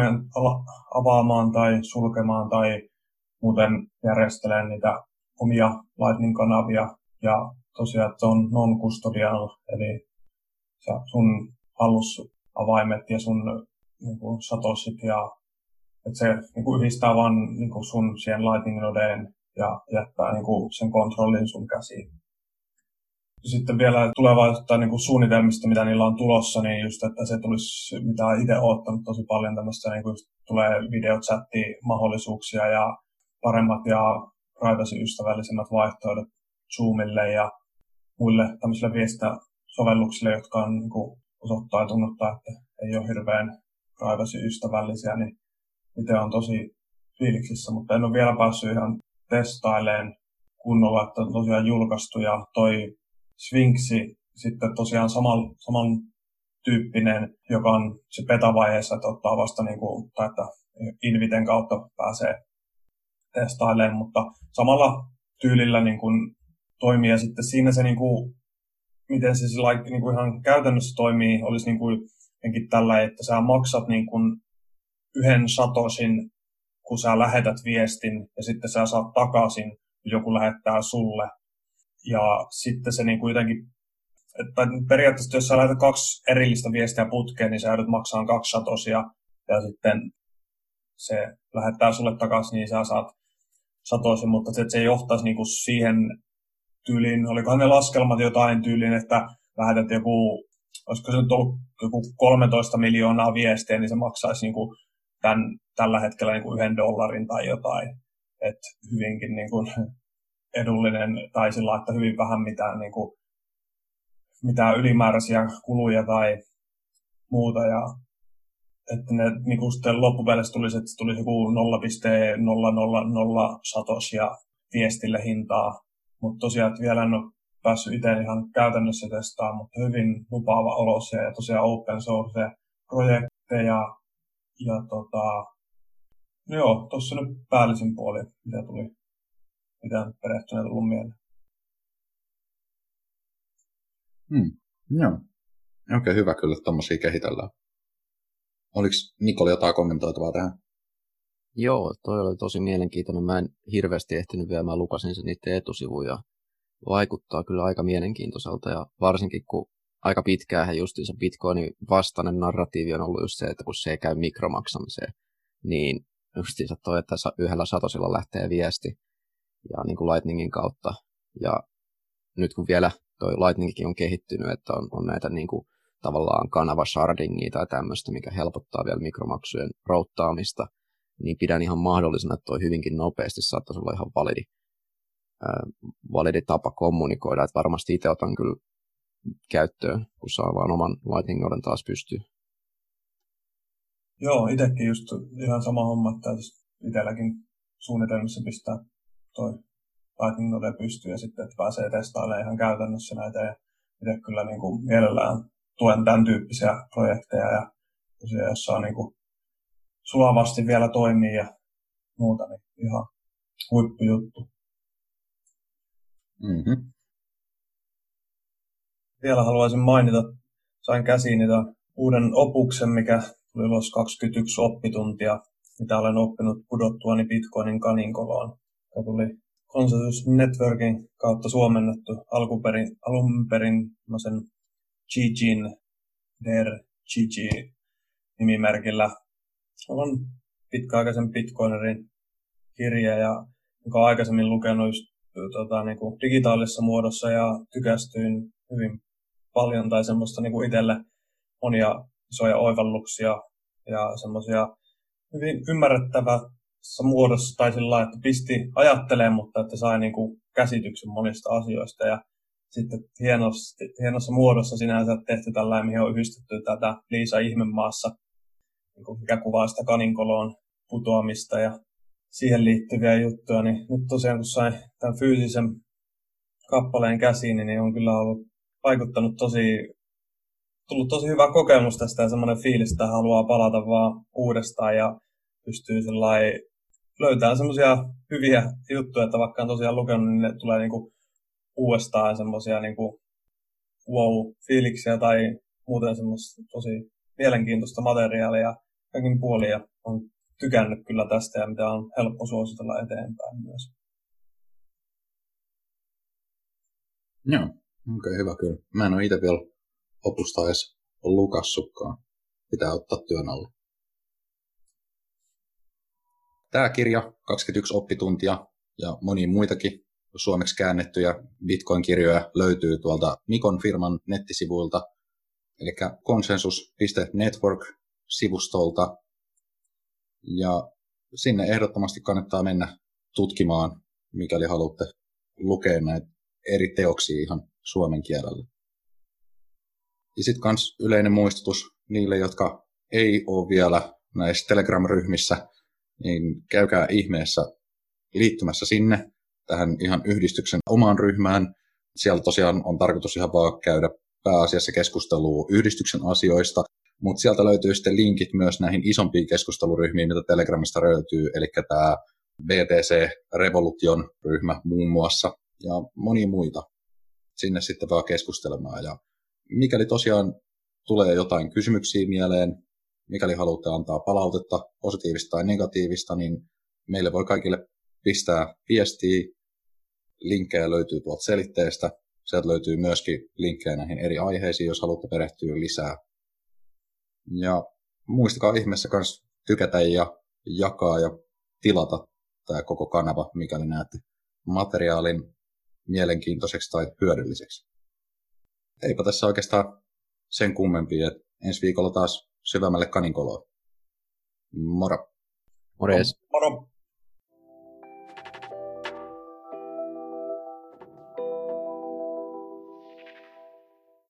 avaamaan tai sulkemaan tai muuten järjestelemään niitä omia Lightning-kanavia. Ja tosiaan, että se on non-custodial, eli sun hallusavaimet ja sun niin kuin satoshit ja että se niin kuin yhdistää vaan niin kuin sun siihen Lightning-nodeen ja jättää niin kuin sen kontrollin sun käsiin. Sitten vielä tulevaisuutta niin kuin suunnitelmista, mitä niillä on tulossa, niin just, että se tulisi, mitä olen itse odottanut tosi paljon tämmöistä, niin kuin tulee videochatti-mahdollisuuksia ja paremmat ja privacy-ystävällisemmät vaihtoehdot Zoomille ja muille tämmöisille viestintäsovelluksille, jotka on niin kuin osoittaa ja tunnustaa, että ei ole hirveän privacy-ystävällisiä, niin itse on tosi fiiliksissä, mutta en ole vielä päässyt ihan testailemaan kunnolla, että on tosiaan julkaistu ja toi Sphinxi sitten tosiaan saman tyyppinen, joka on se beta-vaiheessa, että ottaa vasta niin kuin, tai että Inviten kautta pääsee testailemaan, mutta samalla tyylillä niin kuin toimii ja sitten siinä se niin kuin, miten se niin kuin ihan käytännössä toimii, olisi niin kuin jotenkin tällä, että sä maksat niin kuin yhden satoshin, kun sä lähetät viestin ja sitten sä saat takaisin, kun joku lähettää sulle. Ja sitten se niin kuin jotenkin, että periaatteessa jos sä lähetät 2 erillistä viestiä putkeen, niin sä joudut maksaa 2 satosia ja sitten se lähettää sulle takaisin, niin sä saat satosi, mutta se ei johtaisi niin kuin siihen tyyliin, olikohan ne laskelmat jotain tyyliin, että lähetät joku, olisiko se nyt ollut joku 13 miljoonaa viestiä, niin se maksaisi niin kuin tällä hetkellä niin kuin $1 tai jotain. Että hyvinkin niin kuin edullinen tai sillä, että hyvin vähän mitään ylimääräisiä kuluja tai muuta. Ja että ne niin kuin sitten loppupeleissä tulisi, että tulisi joku 0,000 satoshia viestille hintaa. Mutta tosiaan, että vielä en ole päässyt itse ihan käytännössä testaamaan, mutta hyvin lupaava olosia ja tosiaan open source projekteja. Ja joo, tuossa nyt päällisin puoli, mitä perehtyneet tullut mieleen. Joo. Okei, hyvä kyllä, että tommosia kehitellään. Oliko Nikolla jotain kommentoitavaa tähän? Joo, toi oli tosi mielenkiintoinen. Mä en hirveästi ehtinyt vielä, mä lukasin sen niiden etusivuja. Vaikuttaa kyllä aika mielenkiintoiselta ja varsinkin kun aika pitkään justiinsa Bitcoinin vastainen narratiivi on ollut just se, että kun se ei käy mikromaksamiseen, niin justiinsa toi, että yhdellä satosilla lähtee viesti ja niin kuin Lightningin kautta. Ja nyt kun vielä toi Lightningkin on kehittynyt, että on näitä niin kuin tavallaan kanava shardingia tai tämmöistä, mikä helpottaa vielä mikromaksujen routtaamista, niin pidän ihan mahdollisena, että toi hyvinkin nopeasti saattaisi olla ihan validi tapa kommunikoida, että varmasti itse otan kyllä käyttöön, kun saa vaan oman Lightning-noden taas pystyyn. Joo, itsekin just ihan sama homma, että itselläkin suunnitelmissa pistää toi Lightning-node pystyyn ja sitten, että pääsee testailemaan ihan käytännössä näitä ja itse kyllä niin kuin mielellään tuen tämän tyyppisiä projekteja ja tosiaan, jos saa niin kuin sulavasti vielä toimii ja muuta, niin ihan huippujuttu. Mm-hmm. Vielä haluaisin mainita, sain käsiin niitä uuden opuksen, mikä tuli ulos 21 oppituntia, mitä olen oppinut pudottuani Bitcoinin kaninkoloon. Tämä tuli Consensus Networkin kautta suomennettu alun perin sen Gigin Der Gigi nimimerkillä. Olen pitkäaikaisen Bitcoinerin kirja, jonka olen aikaisemmin lukenut just, niin kuin digitaalisessa muodossa ja tykästyin hyvin paljon tai semmoista niin kuin itselle monia isoja oivalluksia ja semmoisia hyvin ymmärrettävässä muodossa tai sillä lailla, että pisti ajattelemaan, mutta että sai niin kuin käsityksen monista asioista ja sitten hienossa muodossa sinänsä tehty tällainen, mihin on yhdistetty tätä Liisa Ihmemaassa, mikä kuvaa sitä kaninkoloon putoamista ja siihen liittyviä juttuja, niin nyt tosiaan kun sain tämän fyysisen kappaleen käsiin, niin on kyllä tullut tosi hyvä kokemus tästä ja semmoinen fiilis, että haluaa palata vaan uudestaan ja pystyy löytämään semmoisia hyviä juttuja, että vaikka on tosiaan lukenut, niin ne tulee niinku uudestaan semmoisia niinku wow-fiiliksiä tai muuten semmoista tosi mielenkiintoista materiaalia kaikin puolin ja on tykännyt kyllä tästä ja mitä on helppo suositella eteenpäin myös. Joo, okei, hyvä kyllä. Mä en ole itse vielä opusta edes lukassutkaan. Pitää ottaa työn alle. Tämä kirja, 21 oppituntia ja monia muitakin suomeksi käännettyjä Bitcoin-kirjoja löytyy tuolta Mikon firman nettisivuilta, eli consensus.network-sivustolta. Ja sinne ehdottomasti kannattaa mennä tutkimaan, mikäli haluatte lukea näitä eri teoksia ihan suomen kielellä. Ja sitten kans yleinen muistutus niille, jotka ei ole vielä näissä Telegram-ryhmissä, niin käykää ihmeessä liittymässä sinne tähän ihan yhdistyksen omaan ryhmään. Siellä tosiaan on tarkoitus ihan vaan käydä pääasiassa keskustelua yhdistyksen asioista, mutta sieltä löytyy sitten linkit myös näihin isompiin keskusteluryhmiin, mitä Telegramista löytyy, eli tämä BTC Revolution ryhmä muun muassa ja monia muita. Sinne sitten vaan keskustelemaan. Ja mikäli tosiaan tulee jotain kysymyksiä mieleen, mikäli haluatte antaa palautetta, positiivista tai negatiivista, niin meille voi kaikille pistää viestiä. Linkkejä löytyy tuolta selitteestä. Sieltä löytyy myöskin linkkejä näihin eri aiheisiin, jos haluatte perehtyä lisää. Ja muistakaa ihmeessä myös tykätä ja jakaa ja tilata tämä koko kanava, mikäli näette materiaalin mielenkiintoiseksi tai hyödylliseksi. Eipä tässä oikeastaan sen kummempia, että ensi viikolla taas syvemmälle kaninkoloon. Moro! Morjes. Moro.